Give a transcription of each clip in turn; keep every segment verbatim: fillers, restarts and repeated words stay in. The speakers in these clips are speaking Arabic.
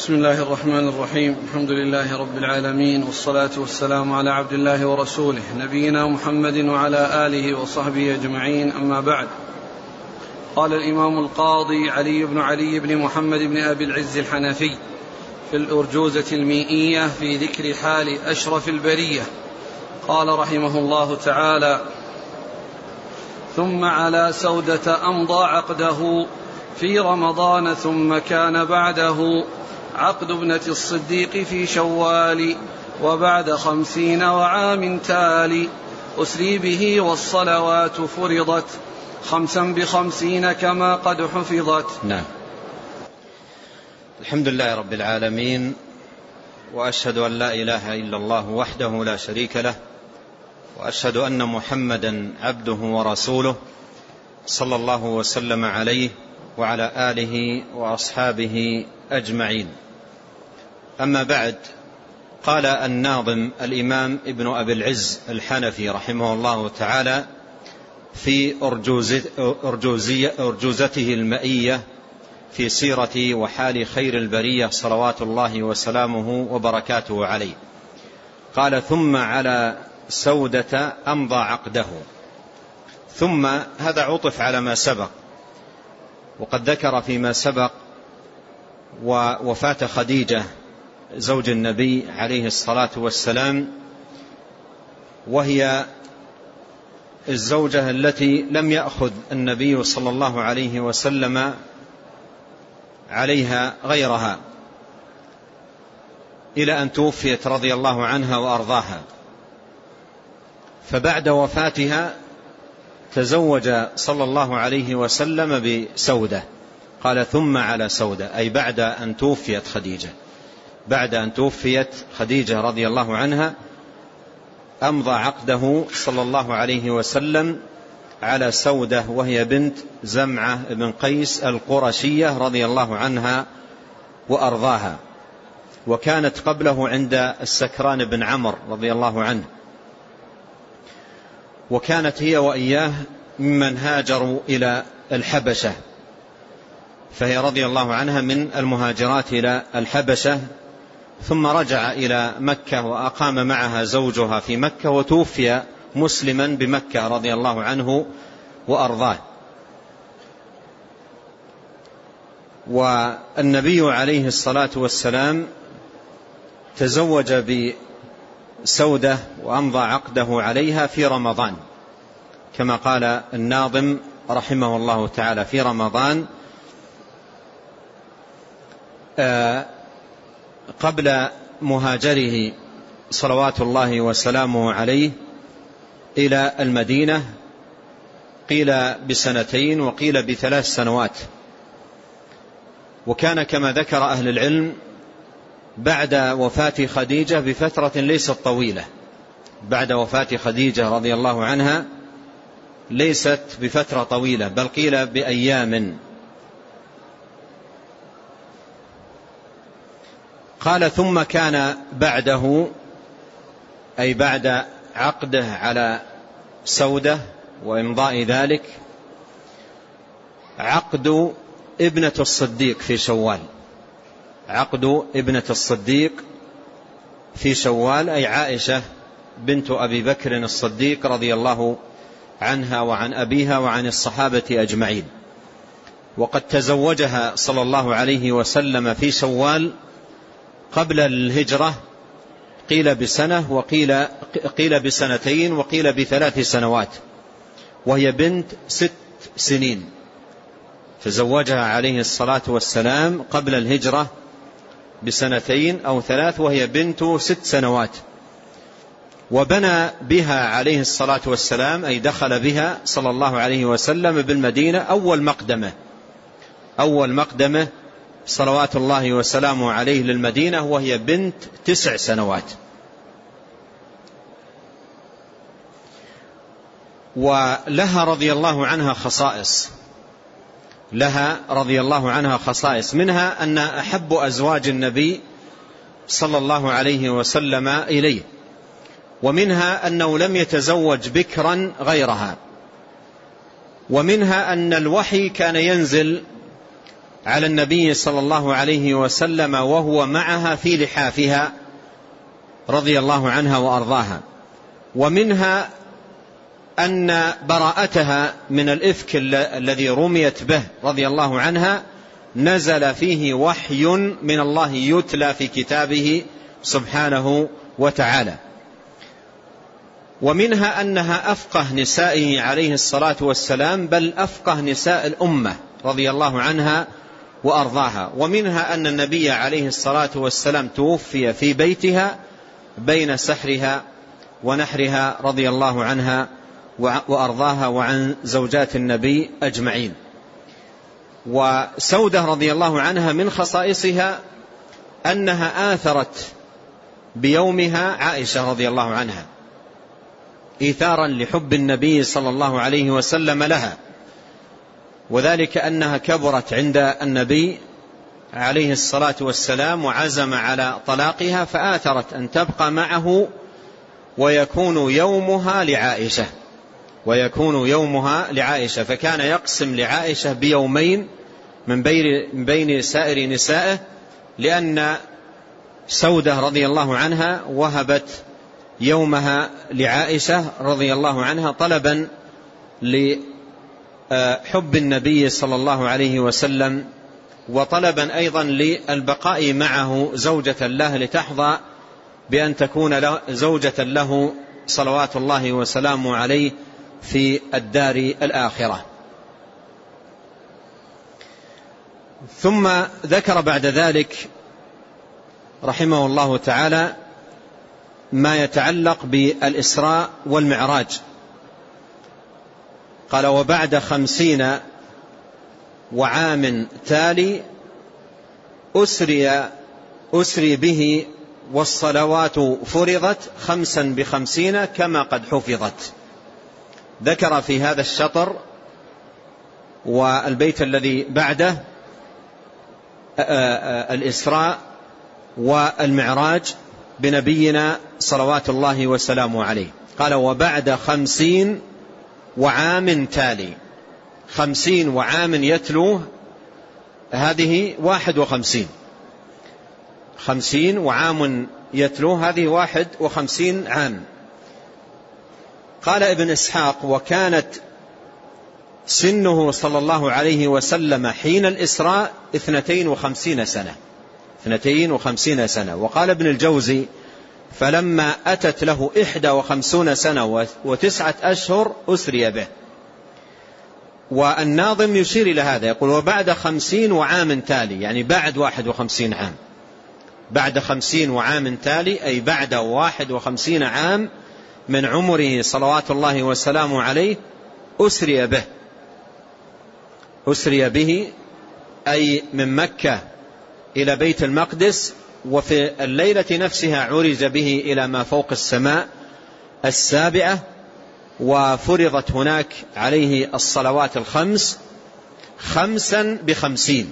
بسم الله الرحمن الرحيم. الحمد لله رب العالمين، والصلاة والسلام على عبد الله ورسوله نبينا محمد وعلى آله وصحبه أجمعين، أما بعد. قال الإمام القاضي علي بن علي بن محمد بن أبي العز الحنفي في الأرجوزة المئية في ذكر حال أشرف البرية، قال رحمه الله تعالى: ثم على سودة أمضى عقده في رمضان، ثم كان بعده عقد ابنة الصديق في شوال، وبعد خمسين وعام تالي أسري به، والصلوات فرضت خمسا بخمسين كما قد حفظت. نعم. الحمد لله رب العالمين، وأشهد أن لا إله إلا الله وحده لا شريك له، وأشهد أن محمدا عبده ورسوله، صلى الله وسلم عليه وعلى آله وأصحابه أجمعين. أما بعد، قال الناظم الإمام ابن أبي العز الحنفي رحمه الله تعالى في أرجوزته المئية في سيرة وحال خير البرية صلوات الله وسلامه وبركاته عليه، قال: ثم على سودة أمضى عقده. ثم هذا عطف على ما سبق، وقد ذكر فيما سبق ووفاة خديجة زوج النبي عليه الصلاة والسلام، وهي الزوجة التي لم يأخذ النبي صلى الله عليه وسلم عليها غيرها إلى أن توفيت رضي الله عنها وأرضاها. فبعد وفاتها تزوج صلى الله عليه وسلم بسودة، قال: ثم على سودة، أي بعد أن توفيت خديجة بعد أن توفيت خديجة رضي الله عنها أمضى عقده صلى الله عليه وسلم على سودة، وهي بنت زمعة بن قيس القرشية رضي الله عنها وأرضاها، وكانت قبله عند السكران بن عمرو رضي الله عنه، وكانت هي وإياه ممن هاجروا إلى الحبشة، فهي رضي الله عنها من المهاجرات إلى الحبشة، ثم رجع إلى مكة وأقام معها زوجها في مكة، وتوفي مسلما بمكة رضي الله عنه وأرضاه. والنبي عليه الصلاة والسلام تزوج بسودة وأمضى عقده عليها في رمضان، كما قال الناظم رحمه الله تعالى: في رمضان قبل مهاجره صلوات الله وسلامه عليه إلى المدينة، قيل بسنتين وقيل بثلاث سنوات. وكان كما ذكر أهل العلم بعد وفاة خديجة بفترة ليست طويلة، بعد وفاة خديجة رضي الله عنها ليست بفترة طويلة، بل قيل بأيام. قال: ثم كان بعده، أي بعد عقده على سودة وإمضاء ذلك، عقد ابنة الصديق في شوال. عقد ابنة الصديق في شوال، أي عائشة بنت أبي بكر الصديق رضي الله عنها وعن أبيها وعن الصحابة أجمعين. وقد تزوجها صلى الله عليه وسلم في شوال قبل الهجرة، قيل بسنة وقيل قيل بسنتين وقيل بثلاث سنوات، وهي بنت ست سنين. تزوجها عليه الصلاة والسلام قبل الهجرة بسنتين أو ثلاث، وهي بنت ست سنوات. وبنى بها عليه الصلاة والسلام، أي دخل بها صلى الله عليه وسلم بالمدينة أول مقدمة أول مقدمة صلوات الله وسلامه عليه للمدينة، وهي بنت تسع سنوات. ولها رضي الله عنها خصائص لها رضي الله عنها خصائص منها أن أحب أزواج النبي صلى الله عليه وسلم إليه، ومنها أنه لم يتزوج بكرا غيرها، ومنها أن الوحي كان ينزل على النبي صلى الله عليه وسلم وهو معها في لحافها رضي الله عنها وأرضاها. ومنها أن براءتها من الإفك الذي رميت به رضي الله عنها نزل فيه وحي من الله يتلى في كتابه سبحانه وتعالى. ومنها أنها أفقه نسائه عليه الصلاة والسلام، بل أفقه نساء الأمة رضي الله عنها وأرضاها. ومنها أن النبي عليه الصلاة والسلام توفي في بيتها بين سحرها ونحرها رضي الله عنها وأرضاها وعن زوجات النبي أجمعين. وسودة رضي الله عنها من خصائصها أنها آثرت بيومها عائشة رضي الله عنها إيثارا لحب النبي صلى الله عليه وسلم لها، وذلك أنها كبرت عند النبي عليه الصلاة والسلام وعزم على طلاقها، فآثرت أن تبقى معه ويكون يومها لعائشة ويكون يومها لعائشة فكان يقسم لعائشة بيومين من بين سائر نسائه، لأن سودة رضي الله عنها وهبت يومها لعائشة رضي الله عنها طلبا لحب النبي صلى الله عليه وسلم، وطلبا أيضا للبقاء معه زوجة له لتحظى بأن تكون له زوجة له صلوات الله وسلامه عليه في الدار الآخرة. ثم ذكر بعد ذلك رحمه الله تعالى ما يتعلق بالإسراء والمعراج. قال: وبعد خمسين وعام تالي أسري, أسري به والصلوات فرضت خمسا بخمسين كما قد حفظت. ذكر في هذا الشطر والبيت الذي بعده الإسراء والمعراج بنبينا صلوات الله وسلامه عليه. قال: وبعد خمسين وعام تالي. خمسين وعام يتلوه هذه واحد وخمسين، خمسين وعام يتلوه هذه واحد وخمسين عام. قال ابن إسحاق: وكانت سنه صلى الله عليه وسلم حين الإسراء اثنتين وخمسين سنة اثنتين وخمسين سنة. وقال ابن الجوزي: فلما أتت له إحدى وخمسون سنة وتسعة أشهر أسري به. والناظم يشير إلى هذا، يقول: وبعد خمسين وعام تالي، يعني بعد واحد وخمسين عام، بعد خمسين وعام تالي أي بعد واحد وخمسين عام من عمره صلوات الله وسلامه عليه أسري به. أسري به أي من مكة إلى بيت المقدس، وفي الليلة نفسها عرج به إلى ما فوق السماء السابعة، وفرضت هناك عليه الصلوات الخمس خمسا بخمسين،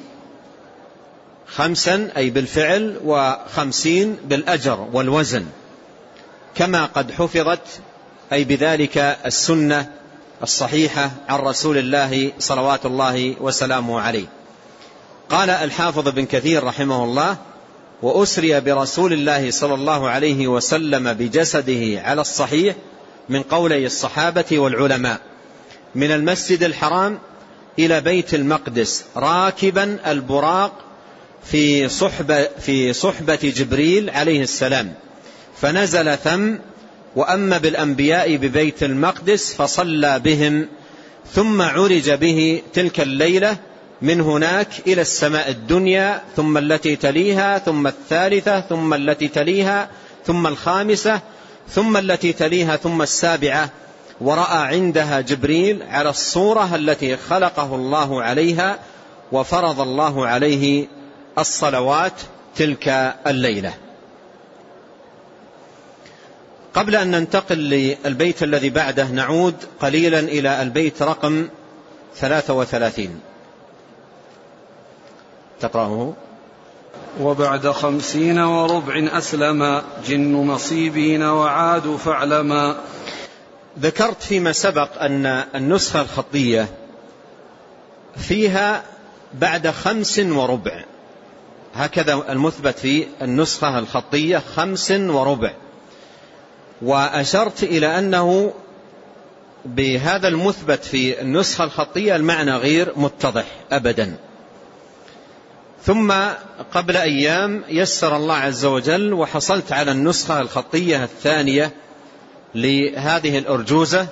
خمسا أي بالفعل وخمسين بالأجر والوزن، كما قد حفظت أي بذلك السنة الصحيحة عن رسول الله صلوات الله وسلامه عليه. قال الحافظ بن كثير رحمه الله: وأسري برسول الله صلى الله عليه وسلم بجسده على الصحيح من قولي الصحابة والعلماء من المسجد الحرام إلى بيت المقدس راكبا البراق في صحبة, في صحبة جبريل عليه السلام، فنزل ثم وأما بالأنبياء ببيت المقدس فصلى بهم، ثم عرج به تلك الليلة من هناك إلى السماء الدنيا، ثم التي تليها، ثم الثالثة، ثم التي تليها، ثم الخامسة، ثم التي تليها، ثم السابعة، ورأى عندها جبريل على الصورة التي خلقه الله عليها، وفرض الله عليه الصلوات تلك الليلة. قبل أن ننتقل للبيت الذي بعده نعود قليلا إلى البيت رقم ثلاثة وثلاثين. تقرأه: وبعد خمسين وربع أسلما جن نصيبين وعادوا فاعلما. ذكرت فيما سبق أن النسخة الخطية فيها بعد خمس وربع، هكذا المثبت في النسخة الخطية خمس وربع. وأشرت إلى أنه بهذا المثبت في النسخة الخطية المعنى غير متضح أبدا. ثم قبل أيام يسر الله عز وجل وحصلت على النسخة الخطية الثانية لهذه الأرجوزة،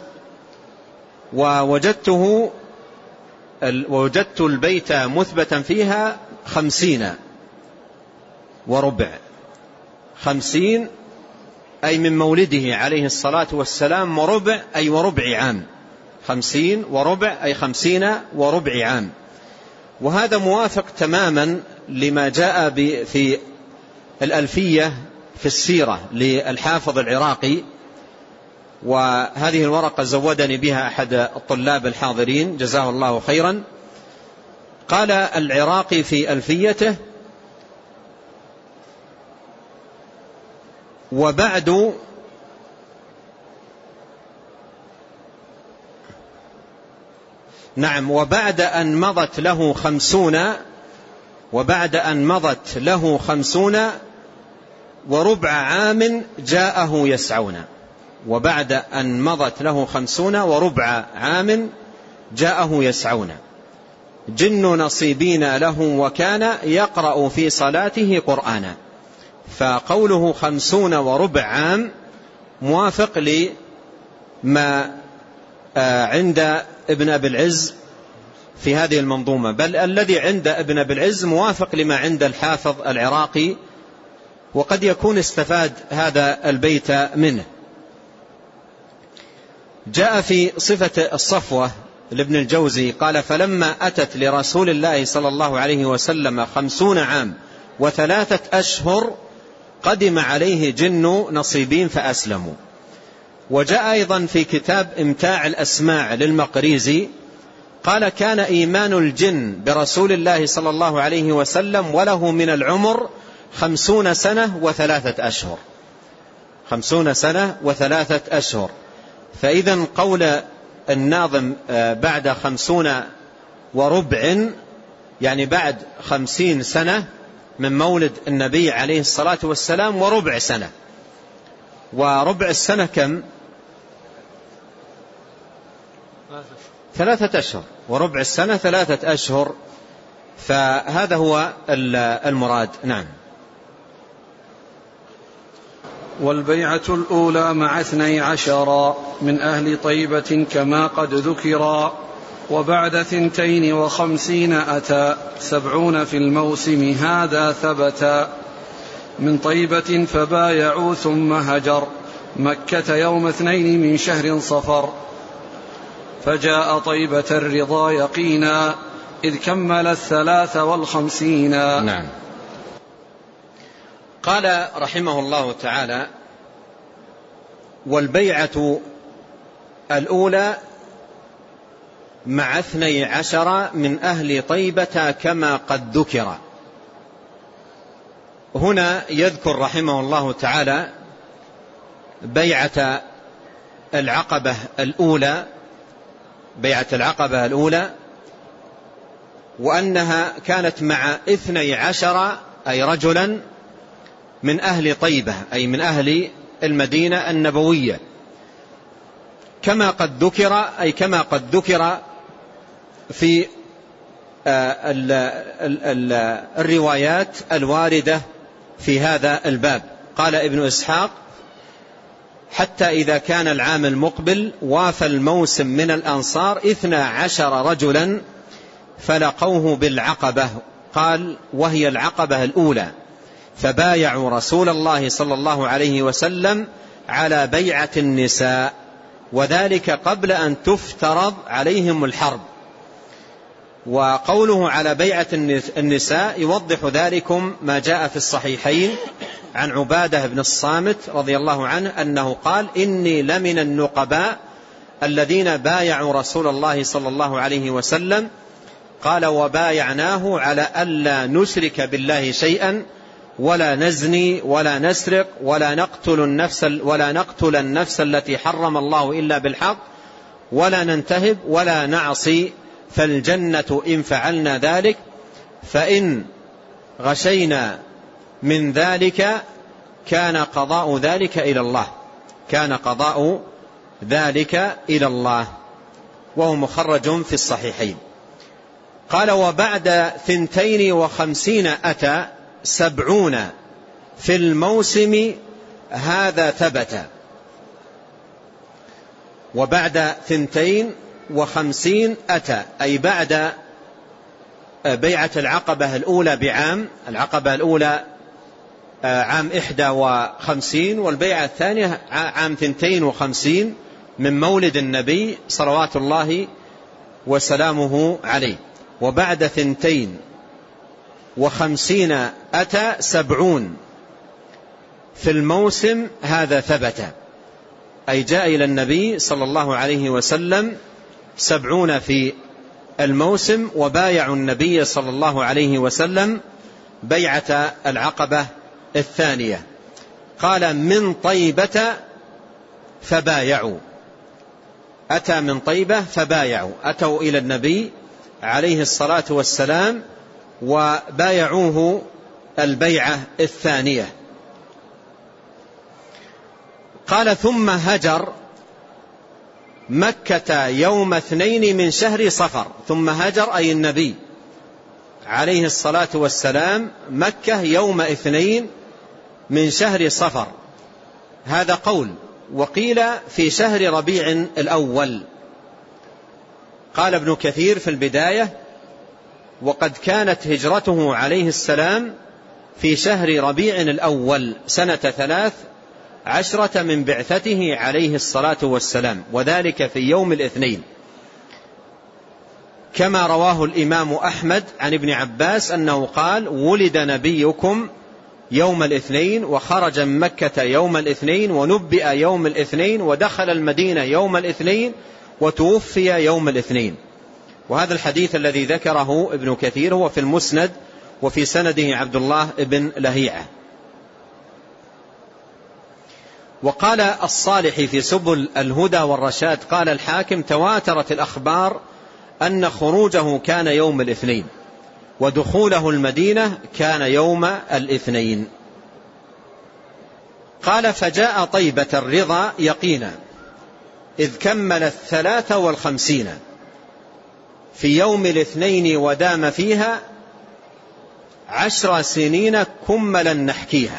ووجدته ووجدت البيت مثبتا فيها خمسين وربع، خمسين أي من مولده عليه الصلاة والسلام، وربع أي وربع عام، خمسين وربع أي خمسين وربع عام. وهذا موافق تماما لما جاء في الألفية في السيرة للحافظ العراقي، وهذه الورقة زودني بها أحد الطلاب الحاضرين جزاه الله خيرا. قال العراقي في ألفيته: وبعد نعم وبعد أن مضت له خمسون وبعد أن مضت له خمسون وربع عام جاءه يسعون وبعد أن مضت له خمسون وربع عام جاءه يسعون جن نصيبين له وكان يقرأ في صلاته قرآنا. فقوله خمسون وربع عام موافق لما عند ابن أبي العز في هذه المنظومة، بل الذي عند ابن أبي العز موافق لما عند الحافظ العراقي، وقد يكون استفاد هذا البيت منه. جاء في صفة الصفوة لابن الجوزي قال: فلما أتت لرسول الله صلى الله عليه وسلم خمسون عام وثلاثة أشهر قدم عليه جن نصيبين فأسلموا. وجاء أيضا في كتاب إمتاع الأسماع للمقريزي قال: كان إيمان الجن برسول الله صلى الله عليه وسلم وله من العمر خمسون سنة وثلاثة أشهر خمسون سنة وثلاثة أشهر. فإذا قول الناظم بعد خمسون وربع يعني بعد خمسين سنة من مولد النبي عليه الصلاة والسلام وربع سنة، وربع السنة كم؟ ثلاثة أشهر، وربع السنة ثلاثة أشهر. فهذا هو المراد. نعم. والبيعة الأولى مع اثني عشر من أهل طيبة كما قد ذكرا، وبعد ثنتين وخمسين أتى سبعون في الموسم هذا ثبتا، من طيبة فبايعوا ثم هجر مكة يوم اثنين من شهر صفر، فجاء طيبة الرضا يقينا إذ كمل الثلاث والخمسين. نعم. قال رحمه الله تعالى: والبيعة الأولى مع اثني عشر من أهل طيبة كما قد ذكر. هنا يذكر رحمه الله تعالى بيعة العقبة الأولى بيعة العقبة الأولى وأنها كانت مع اثني عشر أي رجلا من أهل طيبة أي من أهل المدينة النبوية، كما قد ذكر أي كما قد ذكر في الروايات الواردة في هذا الباب. قال ابن إسحاق: حتى إذا كان العام المقبل وافى الموسم من الأنصار اثنى عشر رجلا فلقوه بالعقبة، قال: وهي العقبة الأولى، فبايعوا رسول الله صلى الله عليه وسلم على بيعة النساء، وذلك قبل أن تفترض عليهم الحرب. وقوله على بيعة النساء يوضح ذلكم ما جاء في الصحيحين عن عبادة بن الصامت رضي الله عنه أنه قال: إني لمن النقباء الذين بايعوا رسول الله صلى الله عليه وسلم. قال: وبايعناه على ألا نشرك بالله شيئا ولا نزني ولا نسرق ولا نقتل النفس ولا نقتل النفس التي حرم الله إلا بالحق ولا ننتهب ولا نعصي فالجنة إن فعلنا ذلك، فإن غشينا من ذلك كان قضاء ذلك إلى الله، كان قضاء ذلك إلى الله، وهو مخرج في الصحيحين. قال: وبعد ثنتين وخمسين أتى سبعون في الموسم هذا ثبت. وبعد ثنتين وخمسين أتى أي بعد بيعة العقبة الأولى بعام، العقبة الأولى عام إحدى وخمسين، والبيعة الثانية عام ثنتين وخمسين من مولد النبي صلوات الله وسلامه عليه. وبعد ثنتين وخمسين أتى سبعون في الموسم هذا ثبت، أي جاء إلى النبي صلى الله عليه وسلم سبعون في الموسم، وبايعوا النبي صلى الله عليه وسلم بيعة العقبة الثانية. قال: من طيبة فبايعوا، أتى من طيبة فبايعوا، أتوا إلى النبي عليه الصلاة والسلام وبايعوه البيعة الثانية. قال: ثم هجر مكة يوم اثنين من شهر صفر. ثم هجر أي النبي عليه الصلاة والسلام مكة يوم اثنين من شهر صفر، هذا قول. وقيل في شهر ربيع الأول. قال ابن كثير في البداية: وقد كانت هجرته عليه السلام في شهر ربيع الأول سنة ثلاث عشرة من بعثته عليه الصلاة والسلام، وذلك في يوم الاثنين، كما رواه الإمام أحمد عن ابن عباس أنه قال: ولد نبيكم يوم الاثنين، وخرج من مكة يوم الاثنين، ونبئ يوم الاثنين، ودخل المدينة يوم الاثنين، وتوفي يوم الاثنين. وهذا الحديث الذي ذكره ابن كثير هو في المسند، وفي سنده عبد الله بن لهيعة. وقال الصالح في سبل الهدى والرشاد: قال الحاكم: تواترت الأخبار أن خروجه كان يوم الاثنين، ودخوله المدينة كان يوم الاثنين. قال: فجاء طيبة الرضا يقينا إذ كمل الثلاث والخمسين في يوم الاثنين، ودام فيها عشر سنين كملا نحكيها.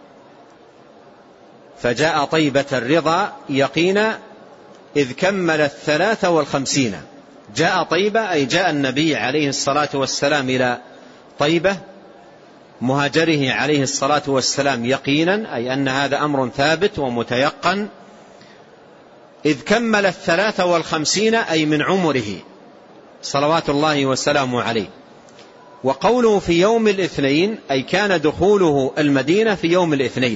فجاء طيبة الرضا يقينا إذ كمل الثلاث والخمسين. جاء طيبة أي جاء النبي عليه الصلاة والسلام إلى طيبة مهاجره عليه الصلاة والسلام يقينا، أي أن هذا أمر ثابت ومتيقن. إذ كمل الثلاث والخمسين أي من عمره صلوات الله وسلامه عليه. وقوله في يوم الاثنين أي كان دخوله المدينة في يوم الاثنين،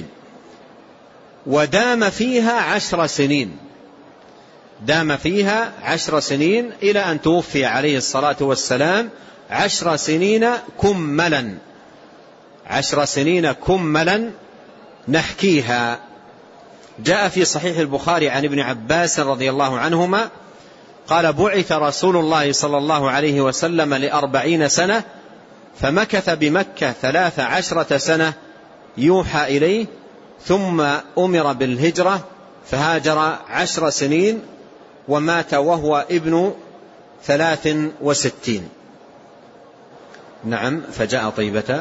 ودام فيها عشر سنين، دام فيها عشر سنين إلى أن توفي عليه الصلاة والسلام، عشر سنين كملا، عشر سنين كملا نحكيها. جاء في صحيح البخاري عن ابن عباس رضي الله عنهما قال: بعث رسول الله صلى الله عليه وسلم لأربعين سنة، فمكث بمكة ثلاث عشرة سنة يوحى إليه، ثم أمر بالهجرة فهاجر عشر سنين، ومات وهو ابن ثلاث وستين. نعم. فجاء طيبة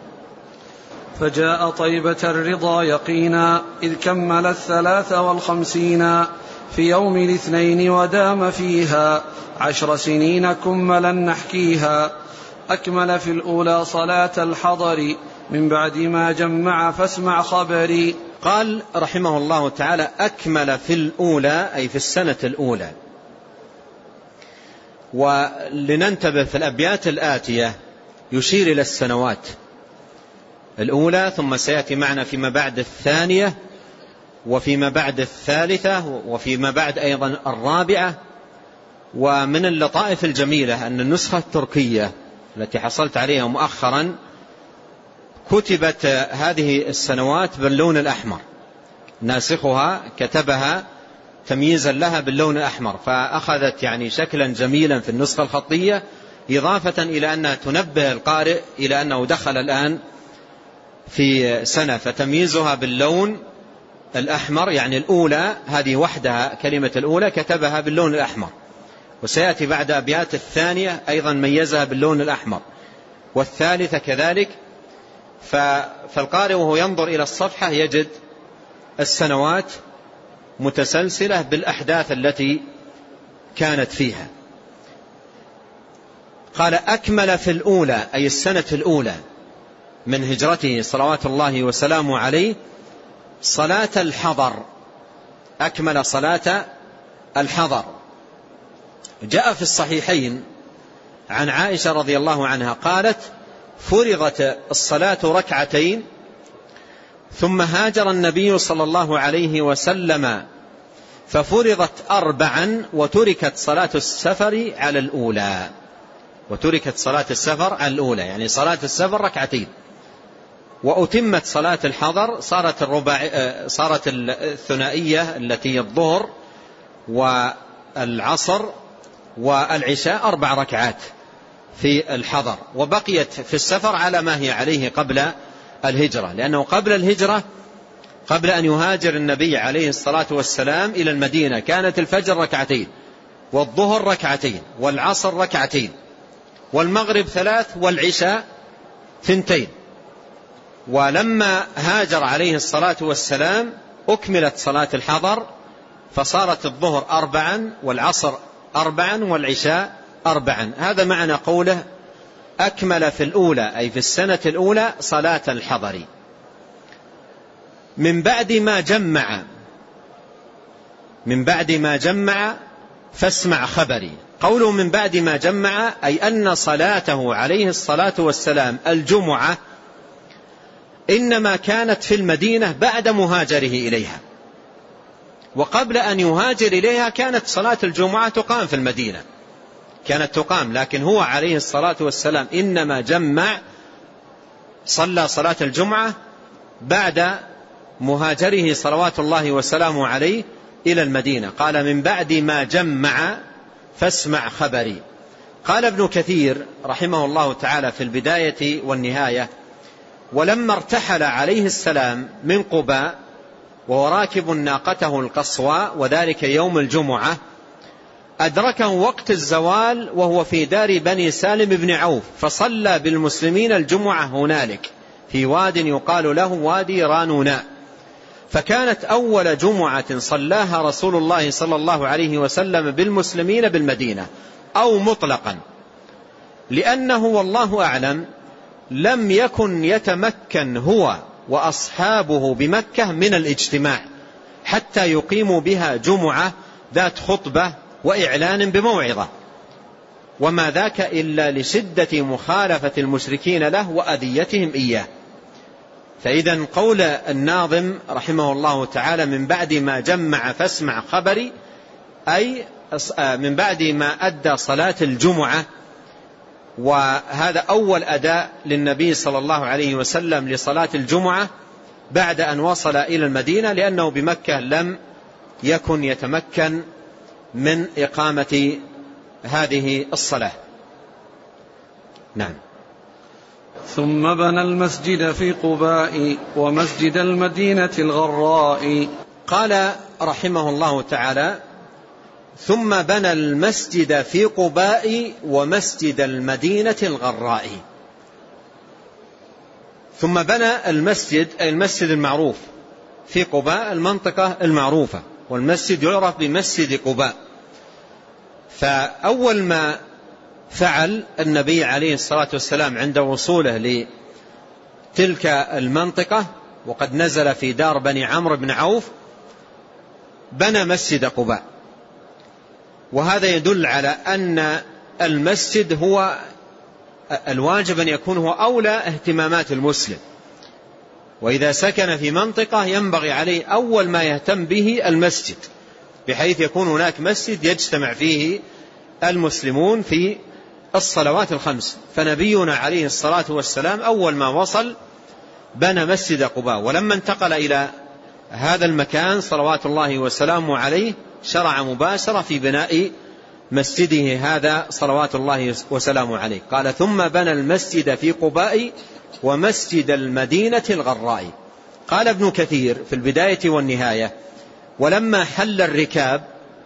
فجاء طيبة الرضا يقينا إذ كمل الثلاث والخمسين في يوم الاثنين، ودام فيها عشر سنين كملا نحكيها. أكمل في الأولى صلاة الحضر من بعد ما جمع فاسمع خبري. قال رحمه الله تعالى: أكمل في الأولى أي في السنة الأولى. ولننتبه في الأبيات الآتية يشير إلى السنوات الأولى، ثم سيأتي معنا فيما بعد الثانية، وفيما بعد الثالثة، وفيما بعد أيضا الرابعة. ومن اللطائف الجميلة أن النسخة التركية التي حصلت عليها مؤخرا كتبت هذه السنوات باللون الأحمر، ناسخها كتبها تمييزا لها باللون الأحمر، فأخذت يعني شكلا جميلا في النسخة الخطية، إضافة إلى أنها تنبه القارئ إلى أنه دخل الآن في سنة، فتمييزها باللون الأحمر، يعني الأولى هذه وحدها كلمة الأولى كتبها باللون الأحمر، وسيأتي بعد أبيات الثانية أيضا ميزها باللون الأحمر، والثالثة كذلك. فالقارئ وهو ينظر إلى الصفحة يجد السنوات متسلسلة بالأحداث التي كانت فيها. قال أكمل في الأولى أي السنة الأولى من هجرته صلوات الله وسلامه عليه صلاة الحضر، أكمل صلاة الحضر. جاء في الصحيحين عن عائشة رضي الله عنها قالت فرضت الصلاة ركعتين ثم هاجر النبي صلى الله عليه وسلم ففرضت أربعا وتركت صلاة السفر على الأولى، وتركت صلاة السفر على الأولى يعني صلاة السفر ركعتين، وأتمت صلاة الحضر صارت الرباع صارت الثنائية التي الظهر والعصر والعشاء أربع ركعات في الحضر، وبقيت في السفر على ما هي عليه قبل الهجرة، لأنه قبل الهجرة قبل أن يهاجر النبي عليه الصلاة والسلام إلى المدينة كانت الفجر ركعتين والظهر ركعتين والعصر ركعتين والمغرب ثلاث والعشاء ثنتين. ولما هاجر عليه الصلاة والسلام أكملت صلاة الحضر فصارت الظهر أربعا والعصر أربعا والعشاء أربعا. هذا معنى قوله أكمل في الأولى أي في السنة الأولى صلاة الحضر. من بعد ما جمع من بعد ما جمع فاسمع خبري. قوله من بعد ما جمع أي أن صلاته عليه الصلاة والسلام الجمعة إنما كانت في المدينة بعد مهاجره إليها، وقبل أن يهاجر إليها كانت صلاة الجمعة تقام في المدينة، كانت تقام، لكن هو عليه الصلاة والسلام إنما جمع صلى صلاة الجمعة بعد مهاجره صلوات الله وسلامه عليه إلى المدينة. قال من بعد ما جمع فاسمع خبري. قال ابن كثير رحمه الله تعالى في البداية والنهاية ولما ارتحل عليه السلام من قباء وهو راكب ناقته القصوى وذلك يوم الجمعة أدركه وقت الزوال وهو في دار بني سالم بن عوف فصلى بالمسلمين الجمعة هنالك في واد يقال له وادي رانوناء، فكانت أول جمعة صلاها رسول الله صلى الله عليه وسلم بالمسلمين بالمدينة أو مطلقا، لأنه والله أعلم لم يكن يتمكن هو وأصحابه بمكة من الاجتماع حتى يقيموا بها جمعة ذات خطبة وإعلان بموعظة، وما ذاك إلا لشدة مخالفة المشركين له وأذيتهم إياه. فإذا قول الناظم رحمه الله تعالى من بعد ما جمع فاسمع خبري أي من بعد ما أدى صلاة الجمعة، وهذا أول أداء للنبي صلى الله عليه وسلم لصلاة الجمعة بعد أن وصل إلى المدينة، لأنه بمكة لم يكن يتمكن من إقامة هذه الصلاة. نعم. ثم بنى المسجد في قباء ومسجد المدينة الغراء. قال رحمه الله تعالى ثم بنى المسجد في قباء ومسجد المدينة الغراء. ثم بنى المسجد أي المسجد المعروف في قباء المنطقة المعروفة، والمسجد يعرف بمسجد قباء. فأول ما فعل النبي عليه الصلاة والسلام عند وصوله لتلك المنطقة وقد نزل في دار بني عمرو بن عوف بنى مسجد قباء، وهذا يدل على أن المسجد هو الواجب أن يكون هو أولى اهتمامات المسلم، وإذا سكن في منطقة ينبغي عليه أول ما يهتم به المسجد، بحيث يكون هناك مسجد يجتمع فيه المسلمون في الصلوات الخمس. فنبينا عليه الصلاة والسلام أول ما وصل بنى مسجد قباء، ولما انتقل إلى هذا المكان صلوات الله وسلامه عليه شرع مباشرة في بناء مسجده هذا صلوات الله وسلامه عليه. قال ثم بنى المسجد في قباء ومسجد المدينة الغراء. قال ابن كثير في البداية والنهاية ولما حل الركاب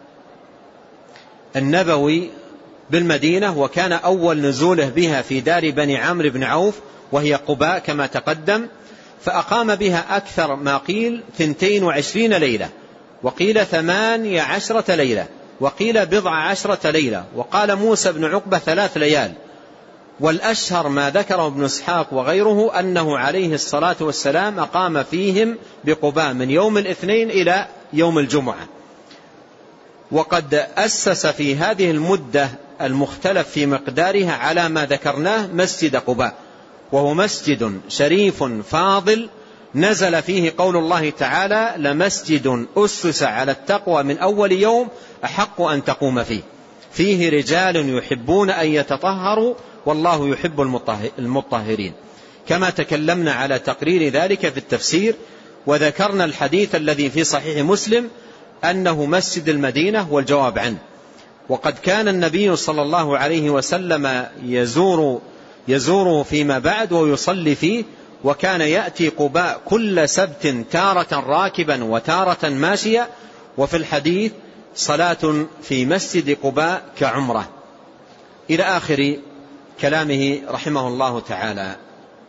النبوي بالمدينة وكان أول نزوله بها في دار بني عمرو بن عوف وهي قباء كما تقدم، فأقام بها أكثر ما قيل ثنتين وعشرين ليلة، وقيل ثمانية عشرة ليلة، وقيل بضع عشرة ليلة، وقال موسى بن عقبة ثلاث ليال. والأشهر ما ذكره ابن إسحاق وغيره أنه عليه الصلاة والسلام أقام فيهم بقباء من يوم الاثنين إلى يوم الجمعة. وقد أسس في هذه المدة المختلف في مقدارها على ما ذكرناه مسجد قباء، وهو مسجد شريف فاضل نزل فيه قول الله تعالى لمسجد أسس على التقوى من أول يوم أحق أن تقوم فيه فيه رجال يحبون أن يتطهروا والله يحب المطهرين. كما تكلمنا على تقرير ذلك في التفسير، وذكرنا الحديث الذي في صحيح مسلم أنه مسجد المدينة والجواب عنه. وقد كان النبي صلى الله عليه وسلم يزور يزوره فيما بعد ويصلي فيه، وكان يأتي قباء كل سبت تارة راكبا وتارة ماشيا، وفي الحديث صلاة في مسجد قباء كعمرة إلى آخر كلامه رحمه الله تعالى.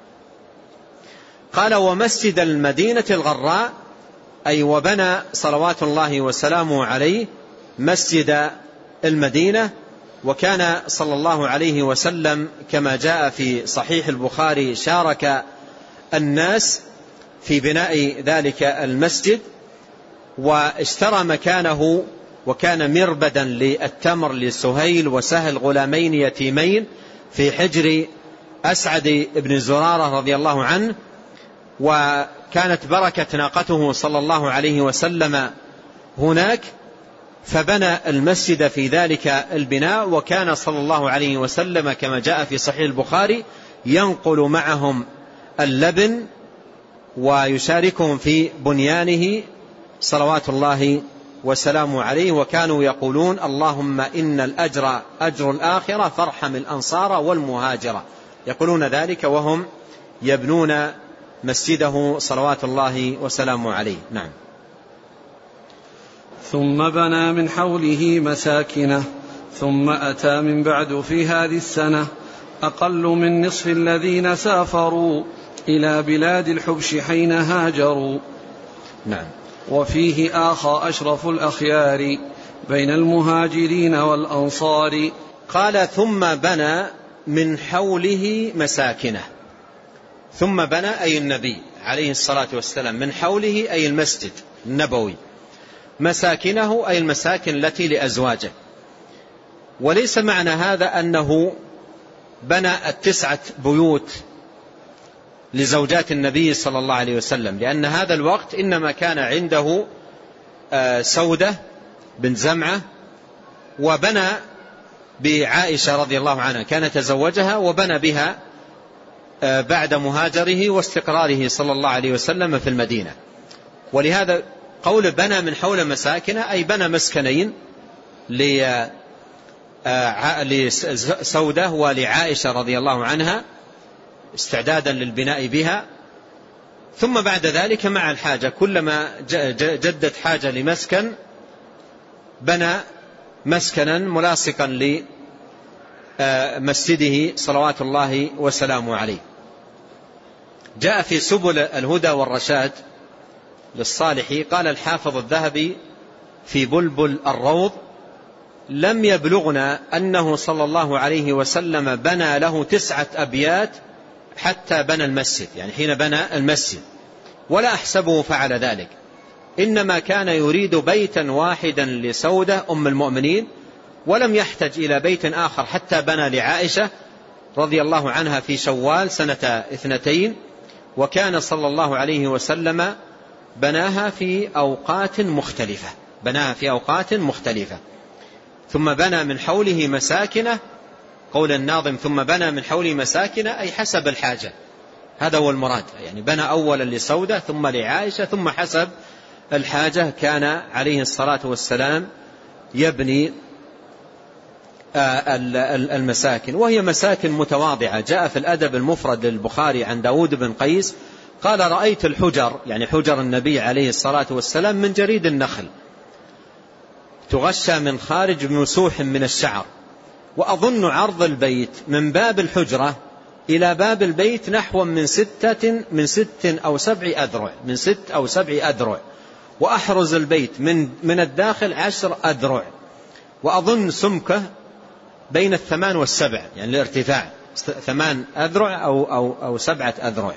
قال ومسجد المدينة الغراء أي وبنى صلوات الله وسلامه عليه مسجد المدينة. وكان صلى الله عليه وسلم كما جاء في صحيح البخاري شارك الناس في بناء ذلك المسجد، واشترى مكانه وكان مربدا للتمر لسهيل وسهل غلامين يتيمين في حجر أسعد بن زرارة رضي الله عنه، وكانت بركة ناقته صلى الله عليه وسلم هناك، فبنى المسجد في ذلك البناء. وكان صلى الله عليه وسلم كما جاء في صحيح البخاري ينقل معهم اللبن ويشاركهم في بنيانه صلوات الله وسلامه عليه. وكانوا يقولون اللهم إن الأجر أجر الآخرة فارحم الأنصار والمهاجرة، يقولون ذلك وهم يبنون مسجده صلوات الله وسلامه عليه. نعم. ثم بنى من حوله مساكنه، ثم أتى من بعد في هذه السنة أقل من نصف الذين سافروا إلى بلاد الحبش حين هاجروا. نعم. وفيه آخى أشرف الأخيار بين المهاجرين والأنصار. قال ثم بنى من حوله مساكنه. ثم بنى أي النبي عليه الصلاة والسلام من حوله أي المسجد النبوي، مساكنه أي المساكن التي لأزواجه. وليس معنى هذا أنه بنى التسعة بيوت لزوجات النبي صلى الله عليه وسلم، لأن هذا الوقت إنما كان عنده سودة بن زمعة، وبنى بعائشة رضي الله عنها كان تزوجها وبنى بها بعد مهاجره واستقراره صلى الله عليه وسلم في المدينة. ولهذا قول بنى من حول مساكنه أي بنى مسكنين لسودة ولعائشة رضي الله عنها استعدادا للبناء بها. ثم بعد ذلك مع الحاجة كلما جدت حاجة لمسكن بنى مسكنا ملاصقا لمسجده صلوات الله وسلامه عليه. جاء في سبل الهدى والرشاد للصالحي قال الحافظ الذهبي في بلبل الروض لم يبلغنا أنه صلى الله عليه وسلم بنى له تسعة أبيات حتى بنى المسجد، يعني حين بنى المسجد، ولا أحسبه فعل ذلك، إنما كان يريد بيتا واحدا لسودة أم المؤمنين، ولم يحتج إلى بيت آخر حتى بنى لعائشة رضي الله عنها في شوال سنة اثنتين. وكان صلى الله عليه وسلم بناها في أوقات مختلفة بناها في أوقات مختلفة. ثم بنى من حوله مساكنه، قول الناظم ثم بنى من حوله مساكنه أي حسب الحاجة، هذا هو المراد، يعني بنى أولا لسودة ثم لعائشة ثم حسب الحاجة كان عليه الصلاة والسلام يبني المساكن، وهي مساكن متواضعة. جاء في الأدب المفرد للبخاري عن داود بن قيس قال: رأيت الحجر، يعني حجر النبي عليه الصلاة والسلام، من جريد النخل تغشى من خارج بمسوح من الشعر، وأظن عرض البيت من باب الحجرة إلى باب البيت نحو من ستة من ست أو سبع أذرع من ست أو سبع أذرع، وأحرز البيت من من الداخل عشر أذرع، وأظن سمكه بين الثمان والسبع، يعني الارتفاع ثمان أذرع أو أو أو سبعة أذرع.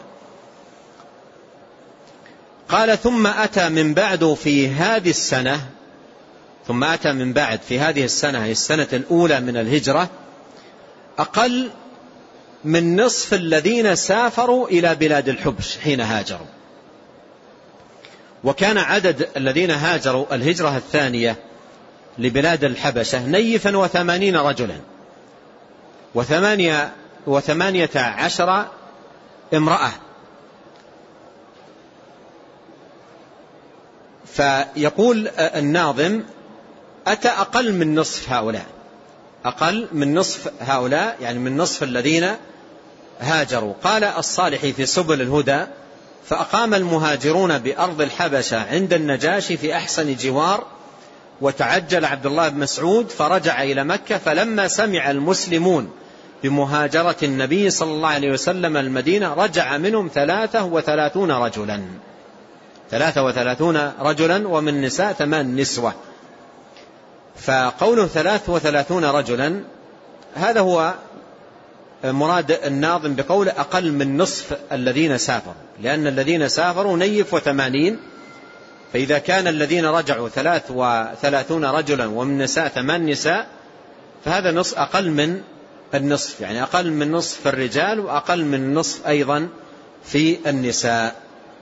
قال: ثم أتى من بعد في هذه السنة ثم أتى من بعد في هذه السنة، هي السنة الأولى من الهجرة، أقل من نصف الذين سافروا إلى بلاد الحبش حين هاجروا. وكان عدد الذين هاجروا الهجرة الثانية لبلاد الحبشة نيفا وثمانين رجلا وثمانية, وثمانية عشر امرأة. فيقول الناظم: أتى أقل من نصف هؤلاء أقل من نصف هؤلاء يعني من نصف الذين هاجروا. قال الصالحي في سبل الهدى: فأقام المهاجرون بأرض الحبشة عند النجاشي في أحسن جوار، وتعجل عبد الله بن مسعود فرجع إلى مكة، فلما سمع المسلمون بمهاجرة النبي صلى الله عليه وسلم المدينة رجع منهم ثلاثة وثلاثون رجلا ثلاثة وثلاثون رجلا ومن نساء ثمان نسوة. فقوله ثلاث وثلاثون رجلا هذا هو مراد الناظم بقول أقل من نصف الذين سافروا، لأن الذين سافروا نيف وثمانين، فإذا كان الذين رجعوا ثلاث وثلاثون رجلا ومن نساء ثمان نساء فهذا نصف أقل من النصف، يعني أقل من نصف الرجال وأقل من النصف أيضا في النساء.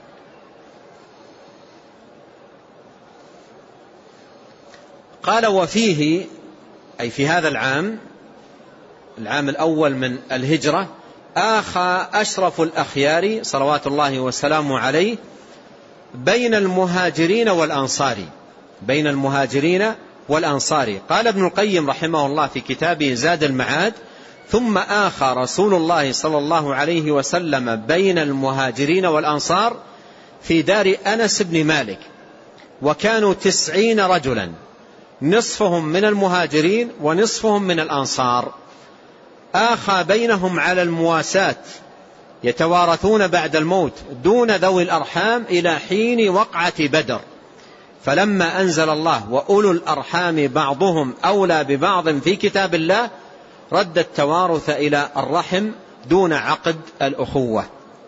قال: وفيه أي في هذا العام العام الأول من الهجرة آخى أشرف الأخيار صلوات الله وسلامه عليه بين المهاجرين والأنصار بين المهاجرين والأنصار. قال ابن القيم رحمه الله في كتابه زاد المعاد: ثم آخى رسول الله صلى الله عليه وسلم بين المهاجرين والأنصار في دار أنس بن مالك، وكانوا تسعين رجلا، نصفهم من المهاجرين ونصفهم من الأنصار. آخى بينهم على المواساة، يتوارثون بعد الموت دون ذوي الأرحام إلى حين وقعة بدر، فلما أنزل الله وأولو الأرحام بعضهم أولى ببعض في كتاب الله رد التوارث إلى الرحم دون عقد الأخوة.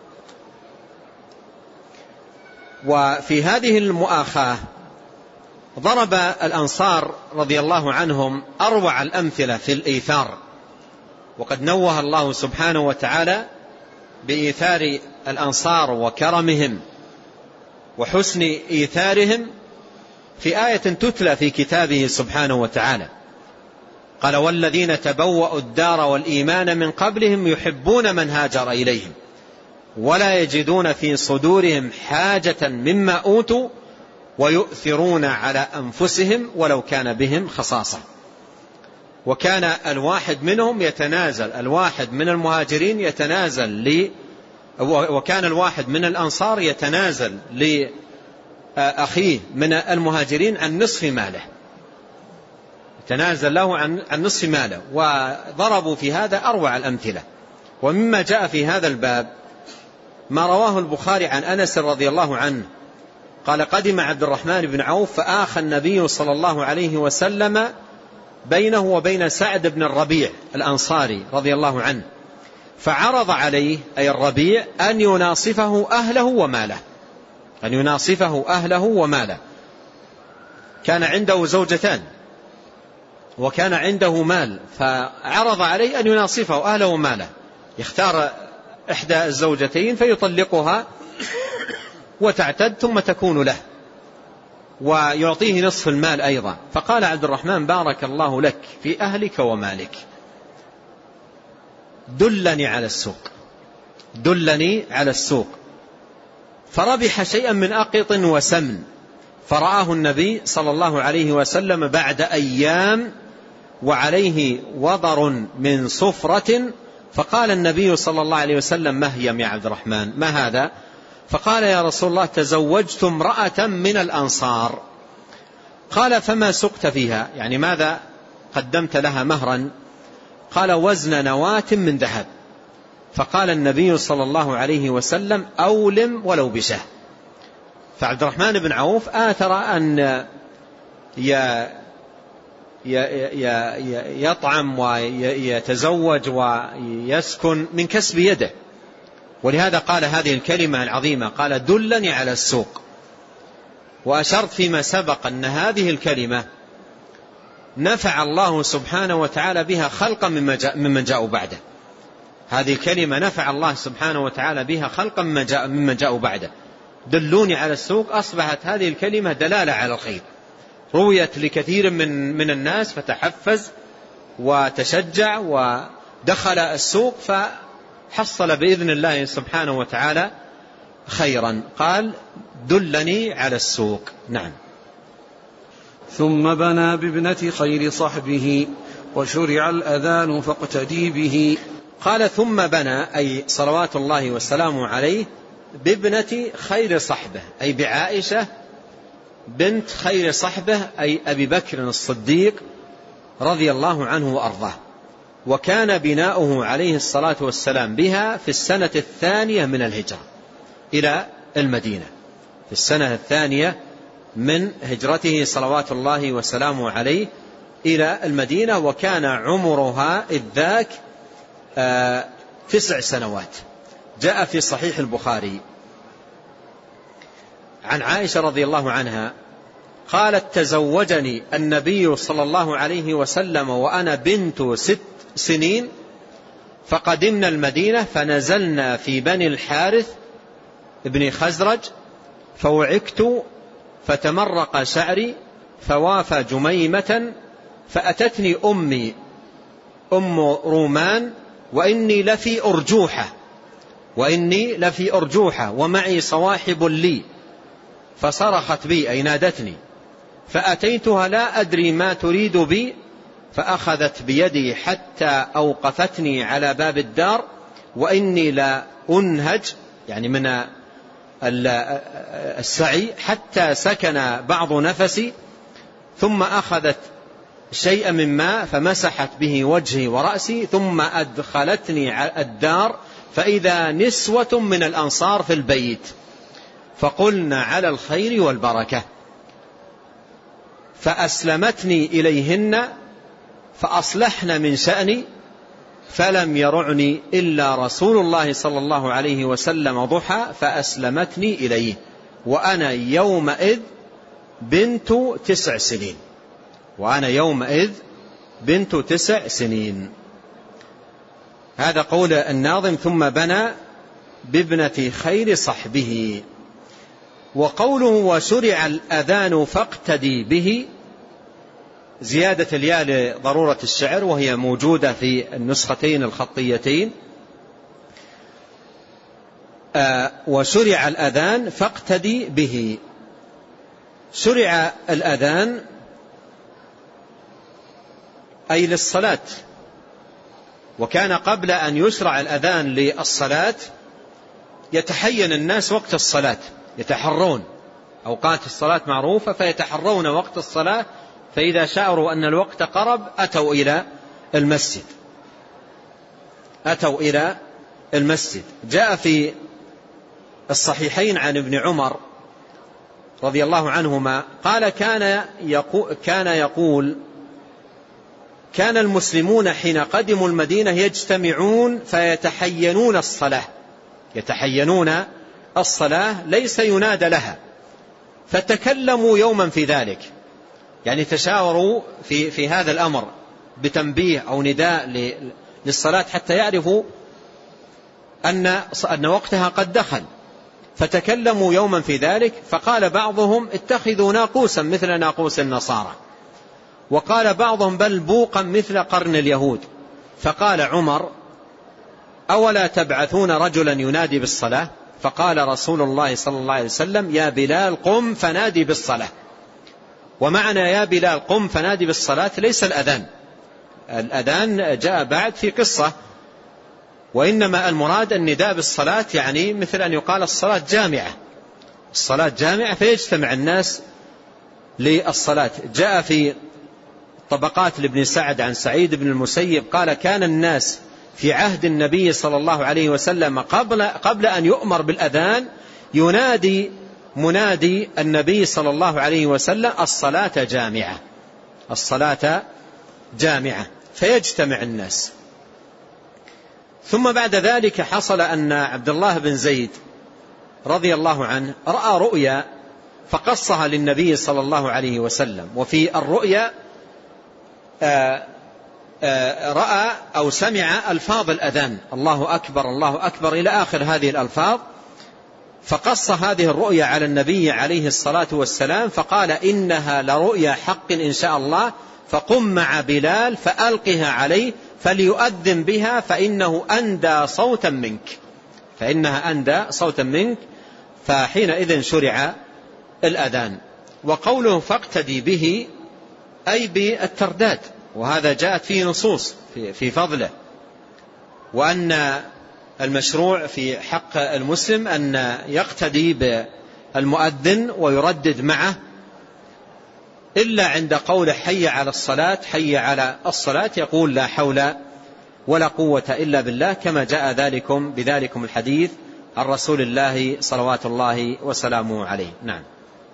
وفي هذه المؤاخاة ضرب الأنصار رضي الله عنهم أروع الأمثلة في الإيثار، وقد نوه الله سبحانه وتعالى بإيثار الأنصار وكرمهم وحسن إيثارهم في آية تتلى في كتابه سبحانه وتعالى. قال: والذين تبوأوا الدار والإيمان من قبلهم يحبون من هاجر إليهم ولا يجدون في صدورهم حاجة مما أوتوا ويؤثرون على أنفسهم ولو كان بهم خصاصة. وكان الواحد منهم يتنازل الواحد من المهاجرين يتنازل ل وكان الواحد من الأنصار يتنازل لأخيه من المهاجرين عن نصف ماله تنازل له عن عن نصف ماله. وضربوا في هذا أروع الأمثلة. ومما جاء في هذا الباب ما رواه البخاري عن أنس رضي الله عنه قال: قدم عبد الرحمن بن عوف فآخى النبي صلى الله عليه وسلم بينه وبين سعد بن الربيع الأنصاري رضي الله عنه، فعرض عليه أي الربيع أن يناصفه أهله وماله أن يناصفه أهله وماله. كان عنده زوجتان وكان عنده مال، فعرض عليه أن يناصفه أهله وماله، يختار إحدى الزوجتين فيطلقها وتعتد ثم تكون له، ويعطيه نصف المال أيضا. فقال عبد الرحمن: بارك الله لك في أهلك ومالك، دلني على السوق دلني على السوق فربح شيئا من أقط وسمن، فرآه النبي صلى الله عليه وسلم بعد أيام وعليه وضر من صفرة، فقال النبي صلى الله عليه وسلم: ما هي يا عبد الرحمن؟ ما هذا؟ فقال: يا رسول الله تزوجت امرأة من الأنصار. قال: فما سقت فيها؟ يعني ماذا قدمت لها مهرا؟ قال: وزن نواة من ذهب. فقال النبي صلى الله عليه وسلم: أولم ولو بشه. فعبد الرحمن بن عوف آثر أن يطعم ويتزوج ويسكن من كسب يده، ولهذا قال هذه الكلمة العظيمة، قال: دلني على السوق. وأشرت فيما سبق أن هذه الكلمة نفع الله سبحانه وتعالى بها خلقا ممن جاءوا بعده. هذه الكلمة نفع الله سبحانه وتعالى بها خلقا ممن جاءوا بعده. دلوني على السوق، أصبحت هذه الكلمة دلالة على الخير، رويت لكثير من من الناس فتحفز وتشجع ودخل السوق فحصل بإذن الله سبحانه وتعالى خيرا. قال: دلني على السوق. نعم. ثم بنى بابنة خير صحبه وشرع الأذان فاقتدي به. قال: ثم بنى، أي صلوات الله وسلامه عليه، بابنة خير صحبه، أي بعائشة بنت خير صحبه، أي أبي بكر الصديق رضي الله عنه وأرضاه. وكان بناؤه عليه الصلاة والسلام بها في السنة الثانية من الهجرة إلى المدينة، في السنة الثانية من هجرته صلوات الله وسلامه عليه إلى المدينة. وكان عمرها إذ ذاك آه تسع سنوات. جاء في صحيح البخاري عن عائشة رضي الله عنها قالت: تزوجني النبي صلى الله عليه وسلم وأنا بنت ست سنين، فقدمنا المدينة فنزلنا في بني الحارث ابن خزرج، فوعكت فتمرق شعري فوافى جميمة، فأتتني أمي أم رومان وإني لفي أرجوحة وإني لفي أرجوحة ومعي صواحب لي، فصرخت بي أي نادتني، فأتيتها لا أدري ما تريد بي، فأخذت بيدي حتى أوقفتني على باب الدار وإني لا أنهج، يعني من السعي، حتى سكن بعض نفسي، ثم أخذت شيئا من ماء فمسحت به وجهي ورأسي، ثم أدخلتني الدار فإذا نسوة من الأنصار في البيت، فقلنا على الخير والبركة، فأسلمتني إليهن فأصلحن من شأني، فلم يرعني إلا رسول الله صلى الله عليه وسلم ضحى فأسلمتني إليه، وأنا يومئذ بنت تسع سنين وأنا يومئذ بنت تسع سنين. هذا قول الناظم: ثم بنى بابنة خير صحبه. وقوله: وشرع الأذان فاقتدي به، زيادة الياء لضرورة الشعر، وهي موجودة في النسختين الخطيتين. آه وشرع الأذان فاقتدي به. شرع الأذان أي للصلاة، وكان قبل أن يشرع الأذان للصلاة يتحين الناس وقت الصلاة، يتحرون أوقات الصلاة معروفة فيتحرون وقت الصلاة، فإذا شعروا أن الوقت قرب أتوا إلى المسجد أتوا إلى المسجد. جاء في الصحيحين عن ابن عمر رضي الله عنهما قال: كان يقول, كان يقول كان المسلمون حين قدموا المدينة يجتمعون فيتحينون الصلاة يتحينون الصلاة ليس ينادى لها، فتكلموا يوما في ذلك، يعني تشاوروا في, في هذا الأمر بتنبيه أو نداء للصلاة حتى يعرفوا أن, أن وقتها قد دخل، فتكلموا يوما في ذلك، فقال بعضهم: اتخذوا ناقوسا مثل ناقوس النصارى، وقال بعضهم: بل بوقا مثل قرن اليهود. فقال عمر: أولا تبعثون رجلا ينادي بالصلاة؟ فقال رسول الله صلى الله عليه وسلم: يا بلال قم فنادي بالصلاة. ومعنى يا بلال قم فنادي بالصلاة ليس الأذان، الأذان جاء بعد في قصة، وإنما المراد النداء بالصلاة، يعني مثل أن يقال الصلاة جامعة، الصلاة جامعة فيجتمع الناس للصلاة. جاء في طبقات لابن سعد عن سعيد بن المسيب قال: كان الناس في عهد النبي صلى الله عليه وسلم قبل, قبل أن يؤمر بالأذان ينادي منادي النبي صلى الله عليه وسلم: الصلاة جامعة، الصلاة جامعة، فيجتمع الناس. ثم بعد ذلك حصل أن عبد الله بن زيد رضي الله عنه رأى رؤيا فقصها للنبي صلى الله عليه وسلم، وفي الرؤيا آآ آآ رأى أو سمع ألفاظ الأذان: الله أكبر الله أكبر إلى آخر هذه الألفاظ، فقص هذه الرؤيا على النبي عليه الصلاة والسلام فقال: إنها لرؤيا حق إن شاء الله، فقم مع بلال فألقها عليه فليؤذن بها فإنه أندى صوتا منك، فإنها أندى صوتا منك. فحينئذ شرع الأذان. وقوله فاقتدي به أي بالترداد، وهذا جاءت فيه نصوص في فضله، وأن المشروع في حق المسلم أن يقتدي بالمؤذن ويردد معه، إلا عند قول حي على الصلاة حي على الصلاة يقول: لا حول ولا قوة إلا بالله، كما جاء ذلكم بذلكم الحديث عن رسول الله صلوات الله وسلامه عليه. نعم.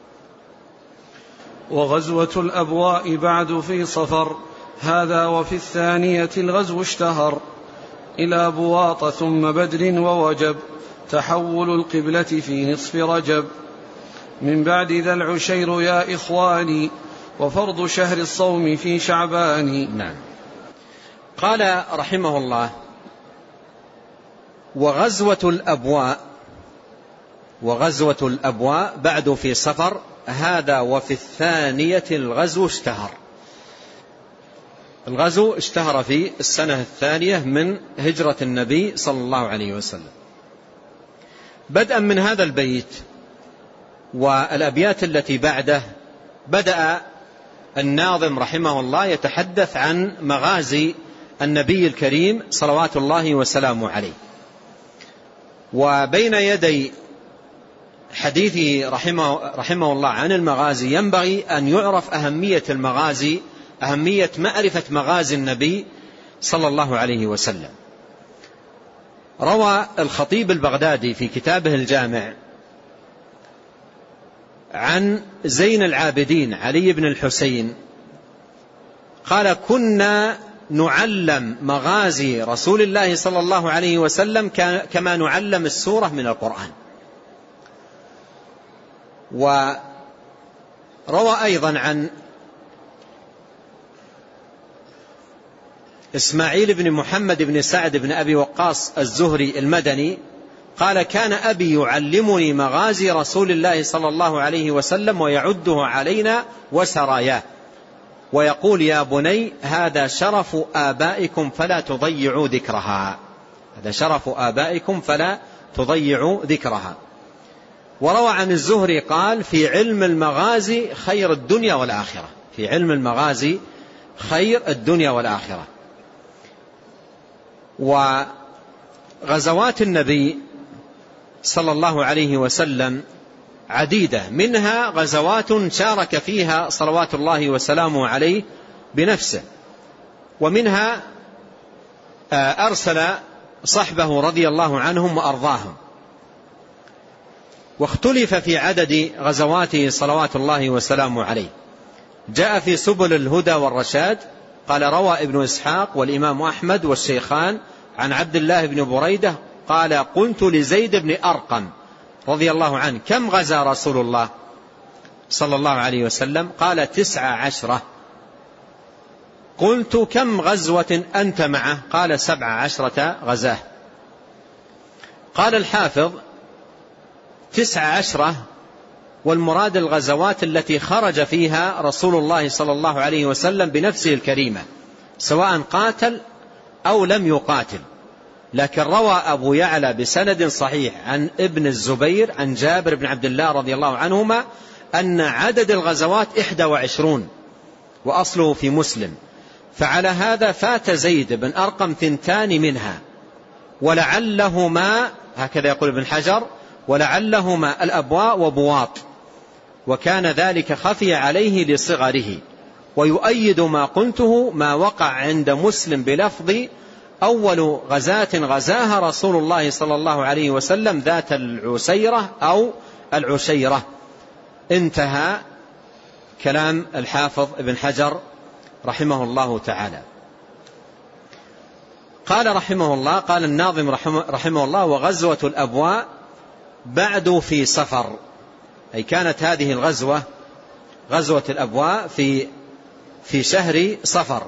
وغزوة الأبواء بعد في صفر، هذا وفي الثانية الغزو اشتهر، إلى بواط ثم بدر ووجب، تحول القبلة في نصف رجب، من بعد ذا العشير يا إخواني، وفرض شهر الصوم في شعبان. نعم. قال رحمه الله: وغزوة الأبواء وغزوة الأبواء بعد في صفر، هذا وفي الثانية الغزو اشتهر. الغزو اشتهر في السنة الثانية من هجرة النبي صلى الله عليه وسلم. بدءا من هذا البيت والأبيات التي بعده بدأ الناظم رحمه الله يتحدث عن مغازي النبي الكريم صلوات الله وسلامه عليه. وبين يدي حديثه رحمه, رحمه الله عن المغازي ينبغي أن يعرف أهمية المغازي، أهمية معرفة مغازي النبي صلى الله عليه وسلم. روى الخطيب البغدادي في كتابه الجامع عن زين العابدين علي بن الحسين قال: كنا نعلم مغازي رسول الله صلى الله عليه وسلم كما نعلم السورة من القرآن. وروى أيضا عن إسماعيل بن محمد بن سعد بن أبي وقاص الزهري المدني قال: كان أبي يعلمني مغازي رسول الله صلى الله عليه وسلم ويعده علينا وسراياه، ويقول: يا بني هذا شرف آبائكم فلا تضيعوا ذكرها، هذا شرف آبائكم فلا تضيعوا ذكرها. وروى عن الزهري قال: في علم المغازي خير الدنيا والآخرة، في علم المغازي خير الدنيا والآخرة. وغزوات النبي صلى الله عليه وسلم عديدة، منها غزوات شارك فيها صلوات الله وسلامه عليه بنفسه، ومنها أرسل صحبه رضي الله عنهم وأرضاهم. واختلف في عدد غزواته صلوات الله وسلامه عليه. جاء في سبل الهدى والرشاد قال: روى ابن إسحاق والإمام أحمد والشيخان عن عبد الله بن بريدة قال: قلت لزيد بن أرقم رضي الله عنه: كم غزا رسول الله صلى الله عليه وسلم؟ قال: تسع عشرة. قلت: كم غزوة أنت معه؟ قال: سبع عشرة غزاه. قال الحافظ: تسع عشرة، والمراد الغزوات التي خرج فيها رسول الله صلى الله عليه وسلم بنفسه الكريمة، سواء قاتل أو لم يقاتل، لكن روى أبو يعلى بسند صحيح عن ابن الزبير عن جابر بن عبد الله رضي الله عنهما أن عدد الغزوات إحدى وعشرون وأصله في مسلم، فعلى هذا فات زيد بن أرقم ثنتان منها، ولعلهما هكذا يقول ابن حجر ولعلهما الأبواء وبواط، وكان ذلك خفي عليه لصغره. ويؤيد ما قلته ما وقع عند مسلم بلفظ أول غزاة غزاها رسول الله صلى الله عليه وسلم ذات العسيرة أو العشيرة. انتهى كلام الحافظ ابن حجر رحمه الله تعالى. قال رحمه الله، قال الناظم رحمه الله: وغزوة الأبواء بعد في سفر، أي كانت هذه الغزوة غزوة الأبواء في في شهر صفر.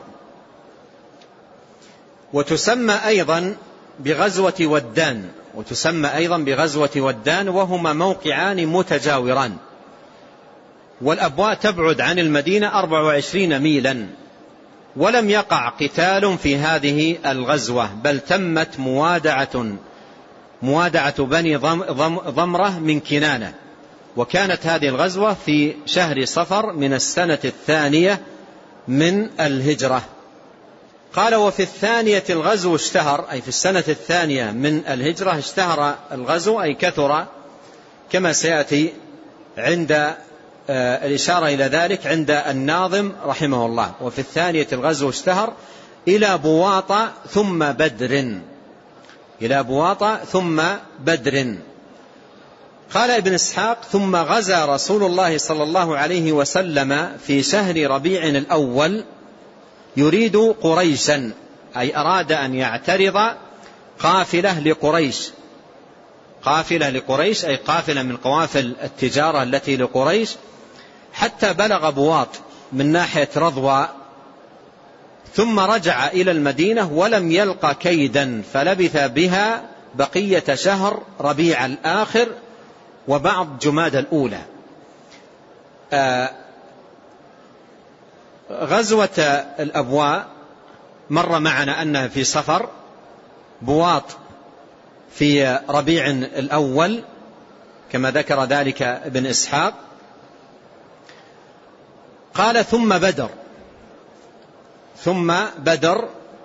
وتسمى أيضا بغزوة ودان، وتسمى أيضا بغزوة ودان، وهما موقعان متجاوران. والأبواء تبعد عن المدينة أربع وعشرين ميلا، ولم يقع قتال في هذه الغزوة، بل تمت موادعة موادعة بني ضمرة من كنانة. وكانت هذه الغزوة في شهر صفر من السنة الثانية من الهجرة. قال: وفي الثانية الغزو اشتهر، أي في السنة الثانية من الهجرة اشتهر الغزو، أي كثر، كما سيأتي عند الإشارة إلى ذلك عند الناظم رحمه الله. وفي الثانية الغزو اشتهر إلى بواطة ثم بدر، إلى بواطة ثم بدر. قال ابن إسحاق: ثم غزا رسول الله صلى الله عليه وسلم في شهر ربيع الأول يريد قريشا، أي أراد أن يعترض قافلة لقريش، قافلة لقريش أي قافلة من قوافل التجارة التي لقريش، حتى بلغ بواط من ناحية رضوى، ثم رجع إلى المدينة ولم يلق كيدا، فلبث بها بقية شهر ربيع الآخر وبعض جماد الأولى. آه غزوة الأبواء مر معنا أنها في صفر، بواط في ربيع الأول كما ذكر ذلك ابن إسحاق. قال: ثم بدر، ثم بدر،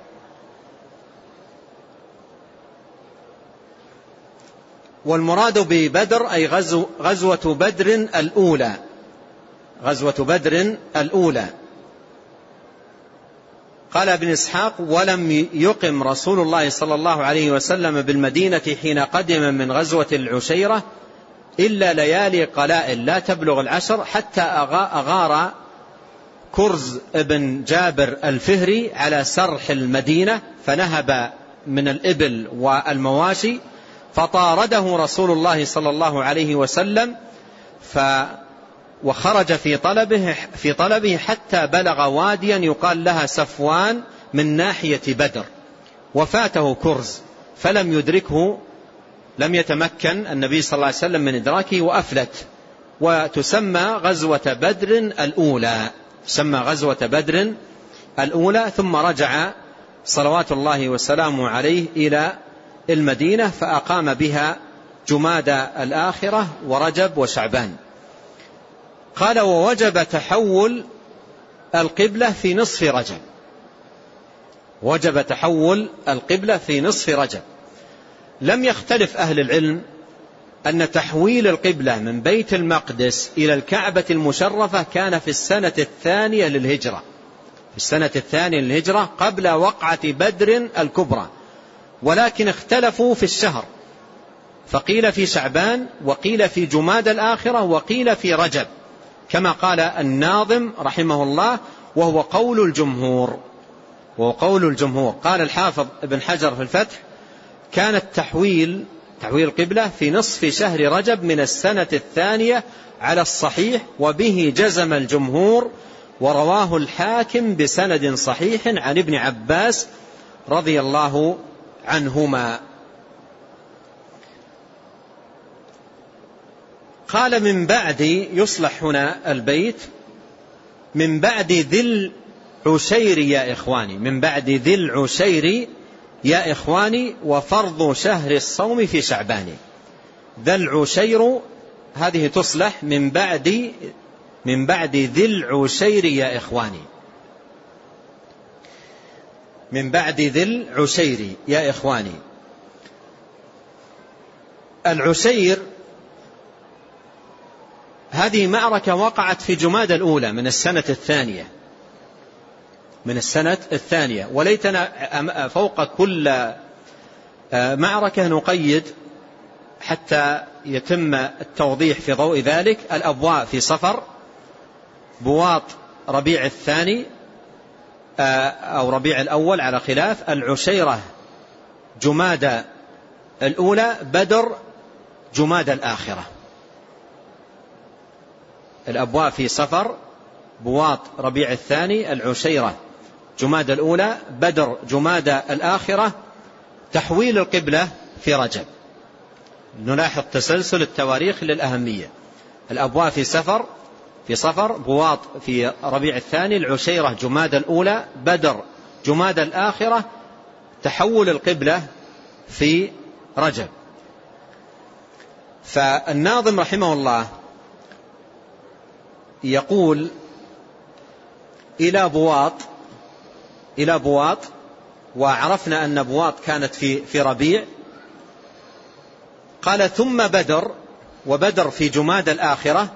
والمراد ببدر أي غزو غزوة بدر الأولى، غزوة بدر الأولى. قال ابن إسحاق: ولم يقم رسول الله صلى الله عليه وسلم بالمدينة حين قدم من غزوة العشيرة إلا ليالي قلائل لا تبلغ العشر، حتى أغار كرز ابن جابر الفهري على سرح المدينة، فنهب من الإبل والمواشي، فطارده رسول الله صلى الله عليه وسلم ف وخرج في طلبه في طلبه حتى بلغ واديا يقال لها صفوان من ناحية بدر، وفاته كرز فلم يدركه، لم يتمكن النبي صلى الله عليه وسلم من إدراكه وأفلت. وتسمى غزوة بدر الأولى، تسمى غزوة بدر الأولى. ثم رجع صلوات الله وسلامه عليه إلى المدينة، فأقام بها جمادى الآخرة ورجب وشعبان. قال: ووجب تحول القبلة في نصف رجب، وجب تحول القبلة في نصف رجب. لم يختلف أهل العلم أن تحويل القبلة من بيت المقدس إلى الكعبة المشرفة كان في السنة الثانية للهجرة، في السنة الثانية للهجرة قبل وقعة بدر الكبرى، ولكن اختلفوا في الشهر، فقيل في شعبان، وقيل في جماد الآخرة، وقيل في رجب، كما قال الناظم رحمه الله، وهو قول الجمهور، وهو قول الجمهور. قال الحافظ ابن حجر في الفتح: كان التحويل تحويل القبلة في نصف شهر رجب من السنة الثانية على الصحيح، وبه جزم الجمهور، ورواه الحاكم بسند صحيح عن ابن عباس رضي الله عنهما. قال: من بعد، يصلح هنا البيت، من بعد ذي العشير يا إخواني، من بعد ذي العشير يا إخواني وفرض شهر الصوم في شعبان. ذا العشير هذه تصلح من بعد من بعد ذي العشير يا إخواني، من بعد ذي العشير يا إخواني. العشير هذه معركة وقعت في جمادى الأولى من السنة الثانية من السنة الثانية وليتنا فوق كل معركة نقيد حتى يتم التوضيح في ضوء ذلك. الأبواء في صفر، بواط ربيع الثاني أو ربيع الأول على خلاف، العشيرة جمادى الأولى، بدر جمادى الآخرة. الأبواء في صفر، بواط ربيع الثاني، العشيرة جمادى الأولى، بدر جمادى الآخرة، تحويل القبلة في رجب. نلاحظ تسلسل التواريخ للأهمية. الأبواء في سفر في صفر، بواط في ربيع الثاني، العشيرة جمادى الأولى، بدر جمادى الآخرة، تحول القبلة في رجب. فالناظم رحمه الله يقول إلى بواط إلى بواط وعرفنا أن بواط كانت في في ربيع. قال ثم بدر، وبدر في جمادى الآخرة،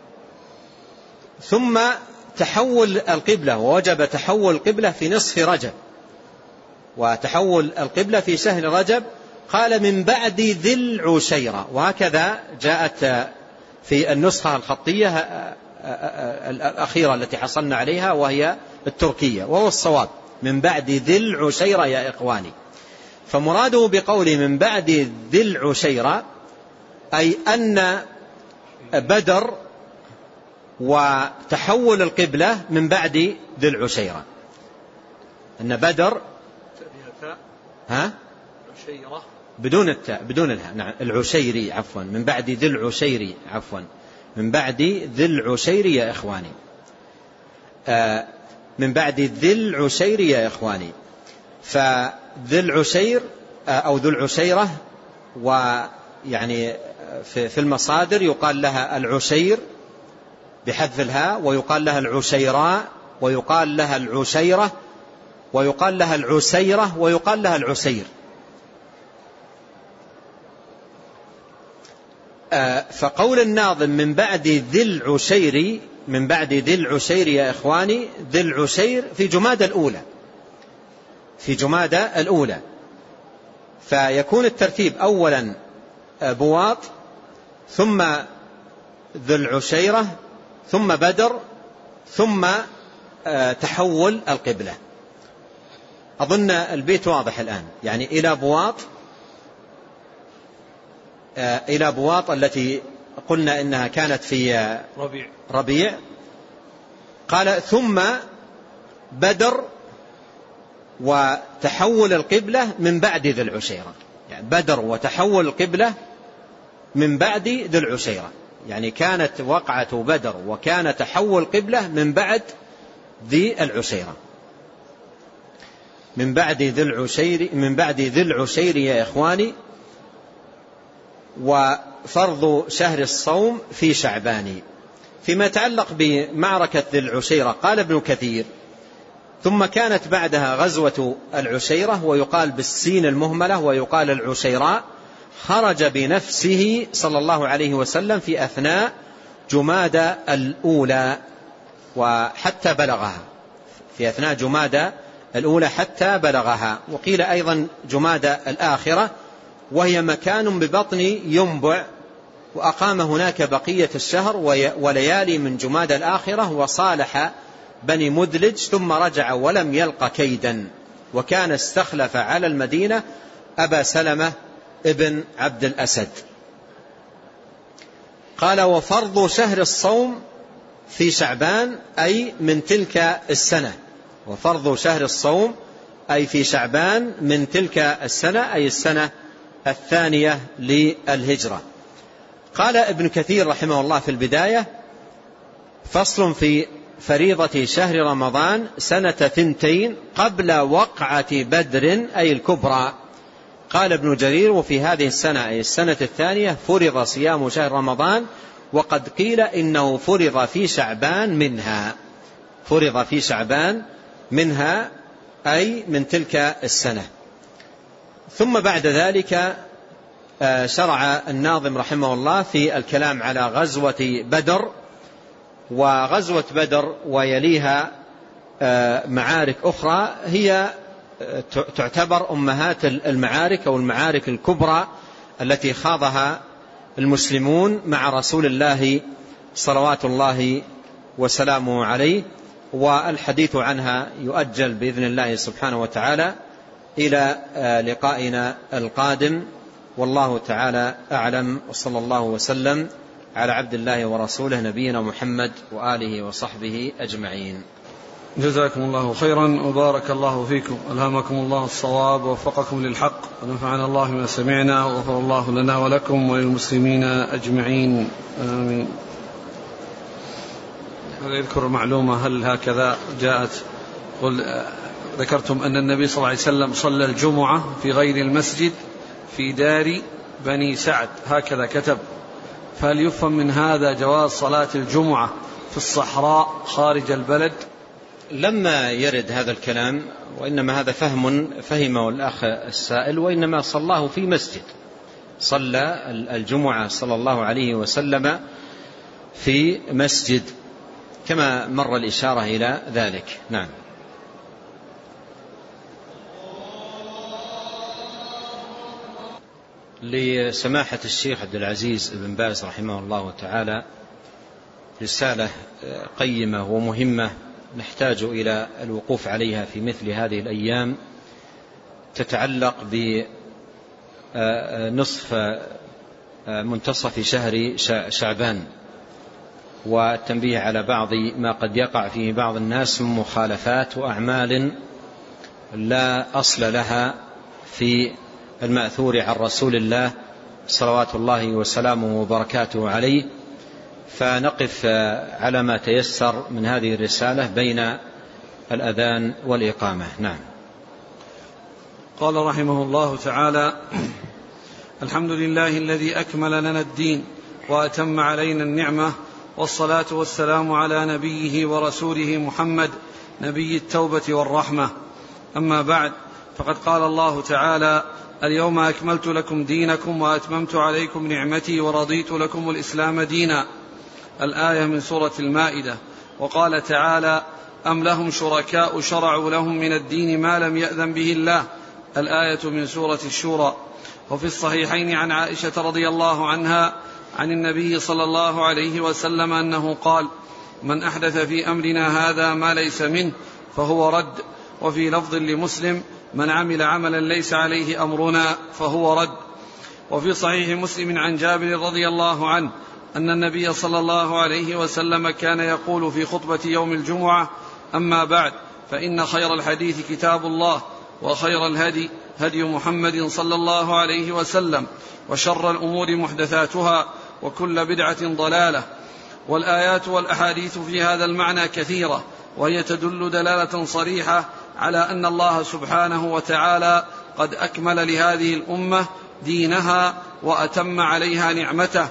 ثم تحول القبلة، ووجب تحول القبلة في نصف رجب، وتحول القبلة في شهر رجب. قال من بعد ذي العشيرة، وهكذا جاءت في النسخة الخطية الأخيرة التي حصلنا عليها وهي التركية، وهو الصواب من بعد ذي العشيرة يا إخواني. فمراده بقوله من بعد ذي العشيرة أي أن بدر وتحول القبلة من بعد ذي العشيرة، أن بدر ها عشيرة بدون التاء بدون الهاء، نعم العشيري عفوا، من بعد ذي العشيري عفوا من بعد ذي العشيري يا إخواني، آه من بعد ذي العشيري يا إخواني. فذي العشير أو ذو العشيرة، ويعني في المصادر يقال لها العشير بحذف الهاء، ويقال لها العشيراء، ويقال لها العشيرة، ويقال لها العسيرة، ويقال لها العسير. فقول الناظم من بعد ذي العشير، من بعد ذي العشير يا إخواني، ذي العشير في جمادى الأولى في جمادى الأولى فيكون الترتيب أولا بواط، ثم ذو العشيرة، ثم بدر، ثم تحول القبلة. أظن البيت واضح الآن، يعني إلى بواط إلى بواط التي قلنا إنها كانت في ربيع, ربيع. قال ثم بدر وتحول القبلة من بعد ذي العشيرة، يعني بدر وتحول القبلة من بعد ذي العشيرة، يعني كانت وقعة بدر وكان تحول القبلة من بعد ذي العشيرة، من بعد ذي العشير من بعد ذي العشير يا إخواني. وفرض شهر الصوم في شعبان. فيما يتعلق بمعركة ذي العشيرة قال ابن كثير ثم كانت بعدها غزوة العشيرة، ويقال بالسين المهملة ويقال العشيراء، خرج بنفسه صلى الله عليه وسلم في أثناء جمادى الأولى وحتى بلغها، في أثناء جمادى الأولى حتى بلغها. وقيل أيضا جمادى الآخرة، وهي مكان ببطن ينبع، وأقام هناك بقية الشهر وليالي من جمادى الآخرة، وصالح بني مدلج، ثم رجع ولم يلق كيدا، وكان استخلف على المدينة أبا سلمة ابن عبد الأسد. قال وفرض شهر الصوم في شعبان أي من تلك السنة، وفرض شهر الصوم أي في شعبان من تلك السنة أي السنة الثانية للهجرة. قال ابن كثير رحمه الله في البداية فصل في فريضة شهر رمضان سنة ثنتين قبل وقعة بدر أي الكبرى. قال ابن جرير: وفي هذه السنة أي السنة الثانية فرض صيام شهر رمضان، وقد قيل إنه فرض في شعبان منها، فرض في شعبان منها أي من تلك السنة. ثم بعد ذلك شرع الناظم رحمه الله في الكلام على غزوة بدر، وغزوة بدر ويليها معارك أخرى هي تعتبر أمهات المعارك أو المعارك الكبرى التي خاضها المسلمون مع رسول الله صلوات الله وسلامه عليه، والحديث عنها يؤجل بإذن الله سبحانه وتعالى إلى لقائنا القادم، والله تعالى أعلم، وصلى الله وسلم على عبد الله ورسوله نبينا محمد وآله وصحبه أجمعين. جزاكم الله خيرا وبارك الله فيكم، ألهمكم الله الصواب ووفقكم للحق، ونفعنا الله ما سمعنا، وغفر الله لنا ولكم وللمسلمين أجمعين، آمين. هل يذكر معلومة، هل هكذا جاءت؟ قل ذكرتم أن النبي صلى الله عليه وسلم صلى الجمعة في غير المسجد في دار بني سعد، هكذا كتب، فهل يفهم من هذا جواز صلاة الجمعة في الصحراء خارج البلد؟ لما يرد هذا الكلام، وإنما هذا فهم فهمه الأخ السائل، وإنما صلاه في مسجد، صلى الجمعة صلى الله عليه وسلم في مسجد كما مر الإشارة إلى ذلك. نعم. لسماحة الشيخ عبد العزيز بن باز رحمه الله تعالى رسالة قيمة ومهمة نحتاج إلى الوقوف عليها في مثل هذه الأيام، تتعلق بنصف منتصف شهر شعبان، والتنبيه على بعض ما قد يقع فيه بعض الناس من مخالفات وأعمال لا أصل لها في المأثور عن رسول الله صلوات الله وسلامه وبركاته عليه، فنقف على ما تيسر من هذه الرسالة بين الأذان والإقامة. نعم. قال رحمه الله تعالى: الحمد لله الذي أكمل لنا الدين وأتم علينا النعمة، والصلاة والسلام على نبيه ورسوله محمد نبي التوبة والرحمة. أما بعد، فقد قال الله تعالى: اليوم أكملت لكم دينكم وأتممت عليكم نعمتي ورضيت لكم الإسلام دينا، الآية من سورة المائدة. وقال تعالى: أم لهم شركاء شرعوا لهم من الدين ما لم يأذن به الله، الآية من سورة الشورى. وفي الصحيحين عن عائشة رضي الله عنها عن النبي صلى الله عليه وسلم أنه قال: من أحدث في أمرنا هذا ما ليس منه فهو رد. وفي لفظ لمسلم: من عمل عملا ليس عليه أمرنا فهو رد. وفي صحيح مسلم عن جابر رضي الله عنه أن النبي صلى الله عليه وسلم كان يقول في خطبة يوم الجمعة: أما بعد، فإن خير الحديث كتاب الله، وخير الهدي هدي محمد صلى الله عليه وسلم، وشر الأمور محدثاتها، وكل بدعة ضلالة. والآيات والأحاديث في هذا المعنى كثيرة، وهي تدل دلالة صريحة على أن الله سبحانه وتعالى قد أكمل لهذه الأمة دينها وأتم عليها نعمته،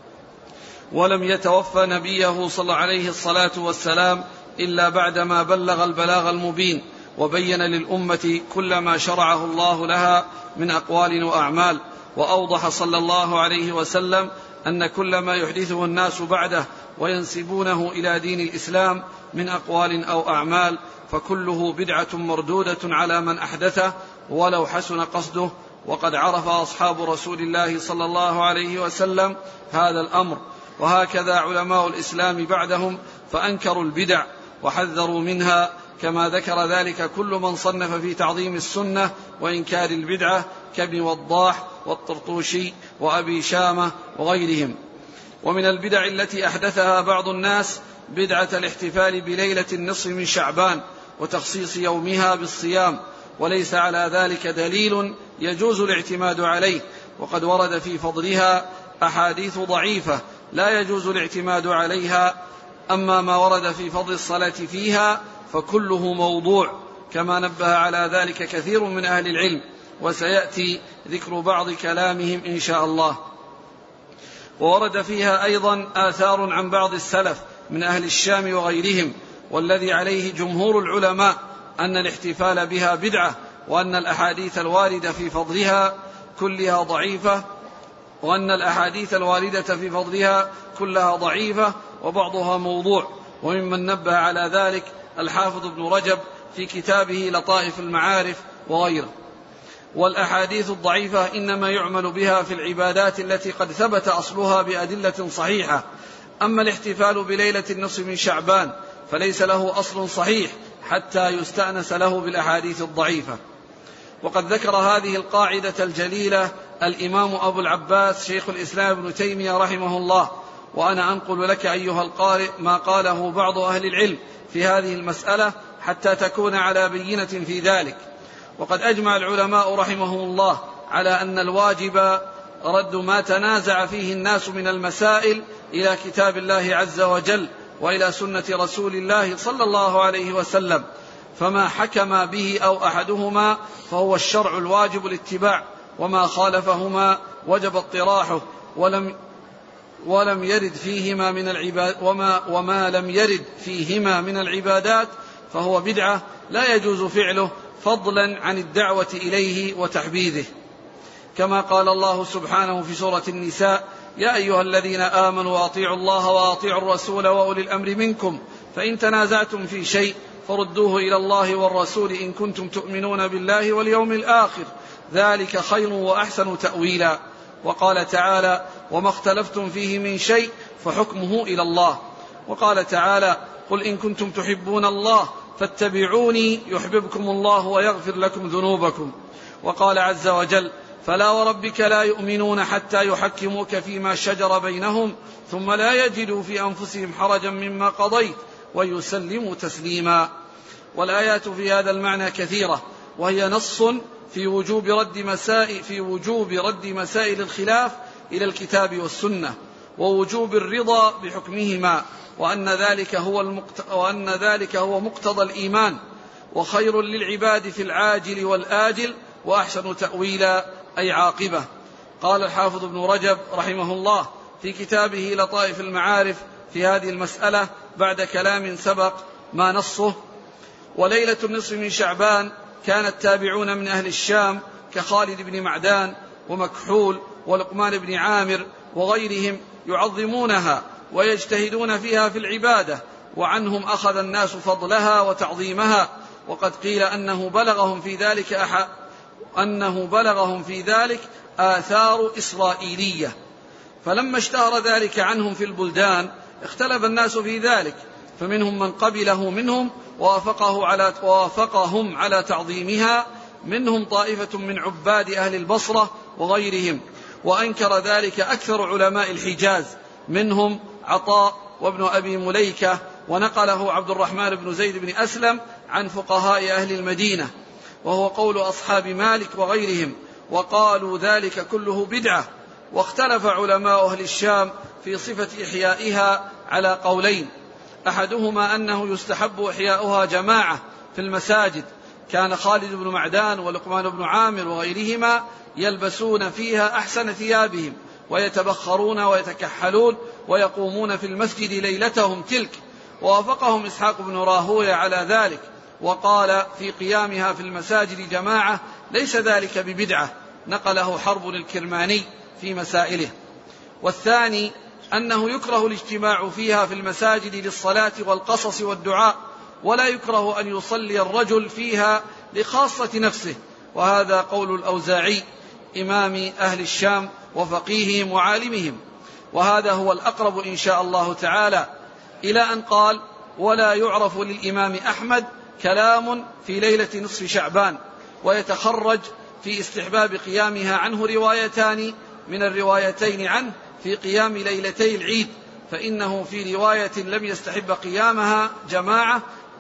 ولم يتوفى نبيه صلى الله عليه الصلاة والسلام إلا بعدما بلغ البلاغ المبين، وبين للأمة كل ما شرعه الله لها من أقوال وأعمال، وأوضح صلى الله عليه وسلم أن كل ما يحدثه الناس بعده وينسبونه إلى دين الإسلام من أقوال أو أعمال فكله بدعة مردودة على من أحدثه ولو حسن قصده. وقد عرف أصحاب رسول الله صلى الله عليه وسلم هذا الأمر، وهكذا علماء الإسلام بعدهم، فأنكروا البدع وحذروا منها، كما ذكر ذلك كل من صنف في تعظيم السنة وإنكار البدعة كابن وضاح والطرطوشي وأبي شامة وغيرهم. ومن البدع التي أحدثها بعض الناس بدعة الاحتفال بليلة النصف من شعبان وتخصيص يومها بالصيام، وليس على ذلك دليل يجوز الاعتماد عليه، وقد ورد في فضلها أحاديث ضعيفة لا يجوز الاعتماد عليها أما ما ورد في فضل الصلاة فيها فكله موضوع، كما نبه على ذلك كثير من أهل العلم، وسيأتي ذكر بعض كلامهم إن شاء الله. وورد فيها أيضا آثار عن بعض السلف من أهل الشام وغيرهم، والذي عليه جمهور العلماء أن الاحتفال بها بدعة، وأن الأحاديث الواردة في فضلها كلها ضعيفة وأن الأحاديث الواردة في فضلها كلها ضعيفة وبعضها موضوع. وممن نبه على ذلك الحافظ ابن رجب في كتابه لطائف المعارف وغيره. والأحاديث الضعيفة إنما يعمل بها في العبادات التي قد ثبت أصلها بأدلة صحيحة. أما الاحتفال بليلة النصف من شعبان فليس له أصل صحيح حتى يستأنس له بالأحاديث الضعيفة. وقد ذكر هذه القاعدة الجليلة الإمام أبو العباس شيخ الإسلام ابن تيمية رحمه الله، وأنا أنقل لك أيها القارئ ما قاله بعض أهل العلم في هذه المسألة حتى تكون على بينة في ذلك. وقد أجمع العلماء رحمهم الله على أن الواجب رد ما تنازع فيه الناس من المسائل إلى كتاب الله عز وجل وإلى سنة رسول الله صلى الله عليه وسلم، فما حكم به أو أحدهما فهو الشرع الواجب الاتباع، وما خالفهما وجب اطراحه، ولم ولم يرد فيهما من العباد وما وما لم يرد فيهما من العبادات فهو بدعة لا يجوز فعله فضلا عن الدعوة إليه وتحبيذه. كما قال الله سبحانه في سورة النساء: يا أيها الذين آمنوا أطيعوا الله وأطيعوا الرسول وأولي الأمر منكم فإن تنازعتم في شيء فردوه إلى الله والرسول إن كنتم تؤمنون بالله واليوم الآخر ذلك خير وأحسن تأويلا. وقال تعالى: وما اختلفتم فيه من شيء فحكمه إلى الله. وقال تعالى: قل إن كنتم تحبون الله فاتبعوني يحببكم الله ويغفر لكم ذنوبكم. وقال عز وجل: فلا وربك لا يؤمنون حتى يحكموك فيما شجر بينهم ثم لا يجدوا في أنفسهم حرجا مما قضيت ويسلموا تسليما. والآيات في هذا المعنى كثيرة، وهي نص في وجوب رد مسائل في وجوب رد مسائل الخلاف إلى الكتاب والسنة، ووجوب الرضا بحكمهما، وأن ذلك هو المقت... وأن ذلك هو مقتضى الإيمان، وخير للعباد في العاجل والآجل، وأحسن تأويلا أي عاقبة. قال الحافظ ابن رجب رحمه الله في كتابه لطائف المعارف في هذه المسألة بعد كلام سبق ما نصه: وليلة النصف من شعبان كان التابعون من أهل الشام كخالد بن معدان ومكحول ولقمان بن عامر وغيرهم يعظمونها ويجتهدون فيها في العبادة، وعنهم أخذ الناس فضلها وتعظيمها. وقد قيل أنه بلغهم في ذلك أح... أنه بلغهم في ذلك آثار إسرائيلية، فلما اشتهر ذلك عنهم في البلدان اختلف الناس في ذلك، فمنهم من قبله منهم ووافقه على ووافقهم على تعظيمها، منهم طائفة من عباد أهل البصرة وغيرهم، وأنكر ذلك أكثر علماء الحجاز، منهم عطاء وابن أبي مليكة، ونقله عبد الرحمن بن زيد بن أسلم عن فقهاء أهل المدينة، وهو قول أصحاب مالك وغيرهم، وقالوا ذلك كله بدعة. واختلف علماء أهل الشام في صفة إحيائها على قولين: أحدهما أنه يستحب إحياؤها جماعة في المساجد، كان خالد بن معدان ولقمان بن عامر وغيرهما يلبسون فيها أحسن ثيابهم ويتبخرون ويتكحلون ويقومون في المسجد ليلتهم تلك، ووافقهم إسحاق بن راهويه على ذلك، وقال في قيامها في المساجد جماعة ليس ذلك ببدعة، نقله حرب الكرماني في مسائله. والثاني أنه يكره الاجتماع فيها في المساجد للصلاة والقصص والدعاء، ولا يكره أن يصلي الرجل فيها لخاصة نفسه، وهذا قول الأوزاعي إمام أهل الشام وفقيههم وعالمهم، وهذا هو الأقرب إن شاء الله تعالى، إلى أن قال: ولا يعرف للإمام أحمد كلام في ليلة نصف شعبان. ويتخرج في استحباب قيامها عنه روايتان من الروايتين عنه في قيام ليلتي العيد، فإنه في رواية لم يستحب قيامها جماعة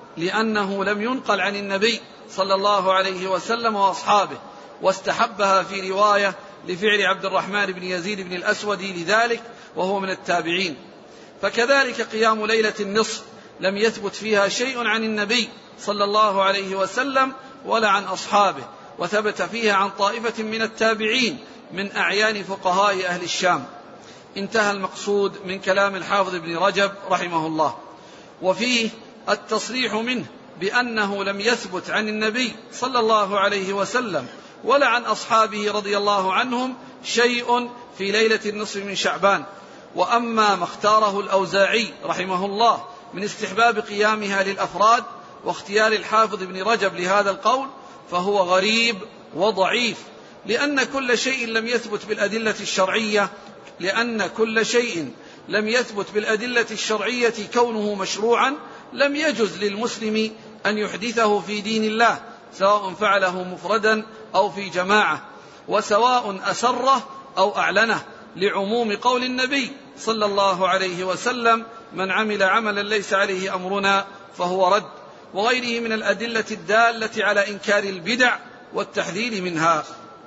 لأنه لم ينقل عن النبي صلى الله عليه وسلم وأصحابه، واستحبها في رواية لفعل عبد الرحمن بن يزيد بن الأسود لذلك وهو من التابعين. فكذلك قيام ليلة النصف لم يثبت فيها شيء عن النبي صلى الله عليه وسلم ولا عن أصحابه، وثبت فيها عن طائفة من التابعين من أعيان فقهاء أهل الشام. انتهى المقصود من كلام الحافظ ابن رجب رحمه الله. وفيه التصريح منه بأنه لم يثبت عن النبي صلى الله عليه وسلم ولا عن أصحابه رضي الله عنهم شيء في ليلة النصف من شعبان. وأما ما اختاره الأوزاعي رحمه الله من استحباب قيامها للأفراد واختيار الحافظ ابن رجب لهذا القول فهو غريب وضعيف، لأن كل شيء لم يثبت بالأدلة الشرعية لأن كل شيء لم يثبت بالأدلة الشرعية كونه مشروعا لم يجز للمسلم أن يحدثه في دين الله، سواء فعله مفردا أو في جماعة، وسواء أسره أو أعلنه، لعموم قول النبي صلى الله عليه وسلم: من عمل عملا ليس عليه أمرنا فهو رد، وغيره من الأدلة الدالة على إنكار البدع والتحذير منها.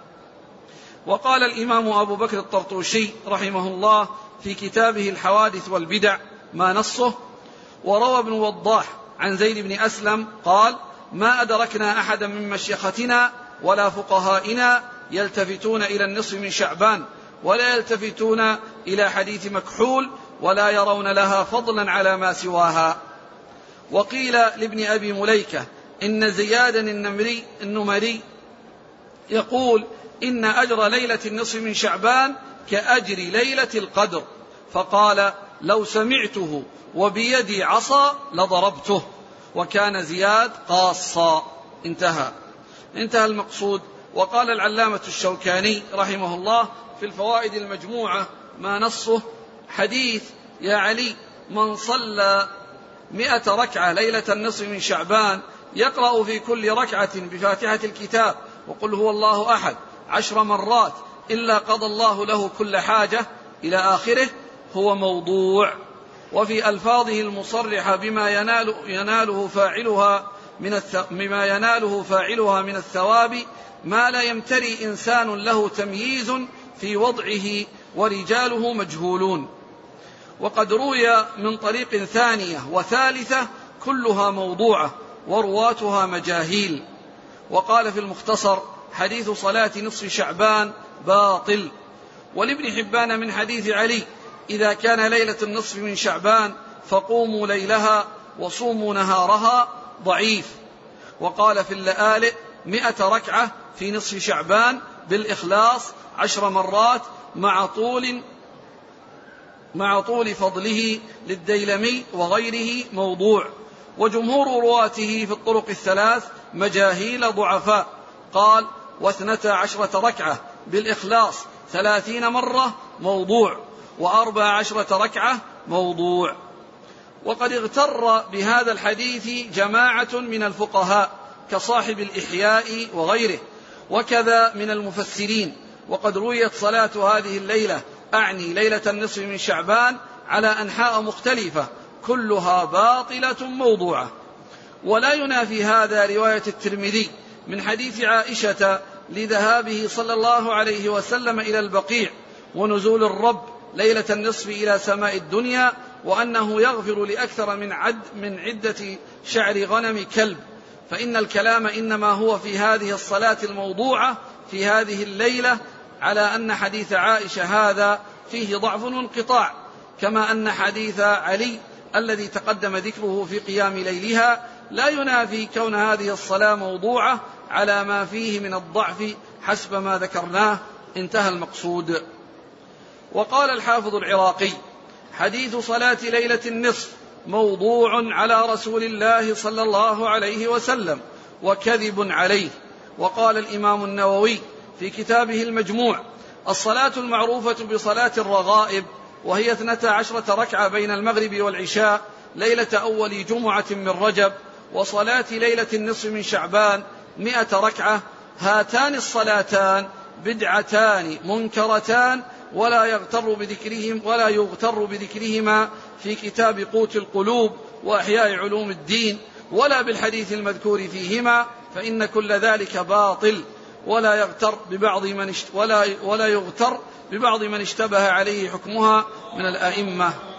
وقال الإمام أبو بكر الطرطوشي رحمه الله في كتابه الحوادث والبدع ما نصه: وروى ابن وضاح عن زيد بن أسلم قال: ما أدركنا أحدا من مشيختنا ولا فقهائنا يلتفتون إلى النصف من شعبان ولا يلتفتون إلى حديث مكحول ولا يرون لها فضلا على ما سواها. وقيل لابن أبي مليكة إن زيادا النمري, النمري يقول: إن أجر ليلة النصف من شعبان كأجر ليلة القدر، فقال: لو سمعته وبيدي عصا لضربته. وكان زياد قاصا. انتهى انتهى المقصود. وقال العلامة الشوكاني رحمه الله في الفوائد المجموعة ما نصه: حديث يا علي من صلى مئة ركعة ليلة النصف من شعبان يقرأ في كل ركعة بفاتحة الكتاب وقل هو الله أحد عشر مرات إلا قضى الله له كل حاجة إلى آخره، هو موضوع. وفي ألفاظه المصرحة بما ينال يناله فاعلها من بما يناله فاعلها من الثواب ما لا يمتري إنسان له تمييز في وضعه ورجاله مجهولون. وقد روي من طريق ثانية وثالثة كلها موضوعة ورواتها مجاهيل. وقال في المختصر: حديث صلاة نصف شعبان باطل. ولابن حبان من حديث علي: إذا كان ليلة النصف من شعبان فقوموا ليلها وصوموا نهارها، ضعيف. وقال في اللآلئ: مئة ركعة في نصف شعبان بالإخلاص عشر مرات مع طول مع طول فضله للديلمي وغيره، موضوع. وجمهور رواته في الطرق الثلاث مجاهيل ضعفاء. قال: واثنتا عشرة ركعة بالإخلاص ثلاثين مرة، موضوع. وأربع عشرة ركعة، موضوع. وقد اغتر بهذا الحديث جماعة من الفقهاء كصاحب الإحياء وغيره، وكذا من المفسرين. وقد رويت صلاة هذه الليلة، أعني ليلة النصف من شعبان، على أنحاء مختلفة كلها باطلة موضوعة. ولا ينافي هذا رواية الترمذي من حديث عائشة لذهابه صلى الله عليه وسلم إلى البقيع ونزول الرب ليلة النصف إلى سماء الدنيا، وأنه يغفر لأكثر من عد من عدة شعر غنم كلب. فإن الكلام إنما هو في هذه الصلاة الموضوعة في هذه الليلة، على أن حديث عائشة هذا فيه ضعف وانقطاع، كما أن حديث علي الذي تقدم ذكره في قيام ليلها لا ينافي كون هذه الصلاة موضوعة على ما فيه من الضعف حسب ما ذكرناه. انتهى المقصود. وقال الحافظ العراقي: حديث صلاة ليلة النصف موضوع على رسول الله صلى الله عليه وسلم وكذب عليه. وقال الإمام النووي في كتابه المجموع: الصلاة المعروفة بصلاة الرغائب وهي اثنتا عشرة ركعة بين المغرب والعشاء ليلة أول جمعة من رجب، وصلاة ليلة النصف من شعبان مئة ركعة، هاتان الصلاتان بدعتان منكرتان ولا يغتر بذكرهم ولا يغتر بذكرهما في كتاب قوت القلوب وأحياء علوم الدين ولا بالحديث المذكور فيهما، فإن كل ذلك باطل، ولا يغتر ببعض من ولا ولا يغتر ببعض من اشتبه عليه حكمها من الأئمة.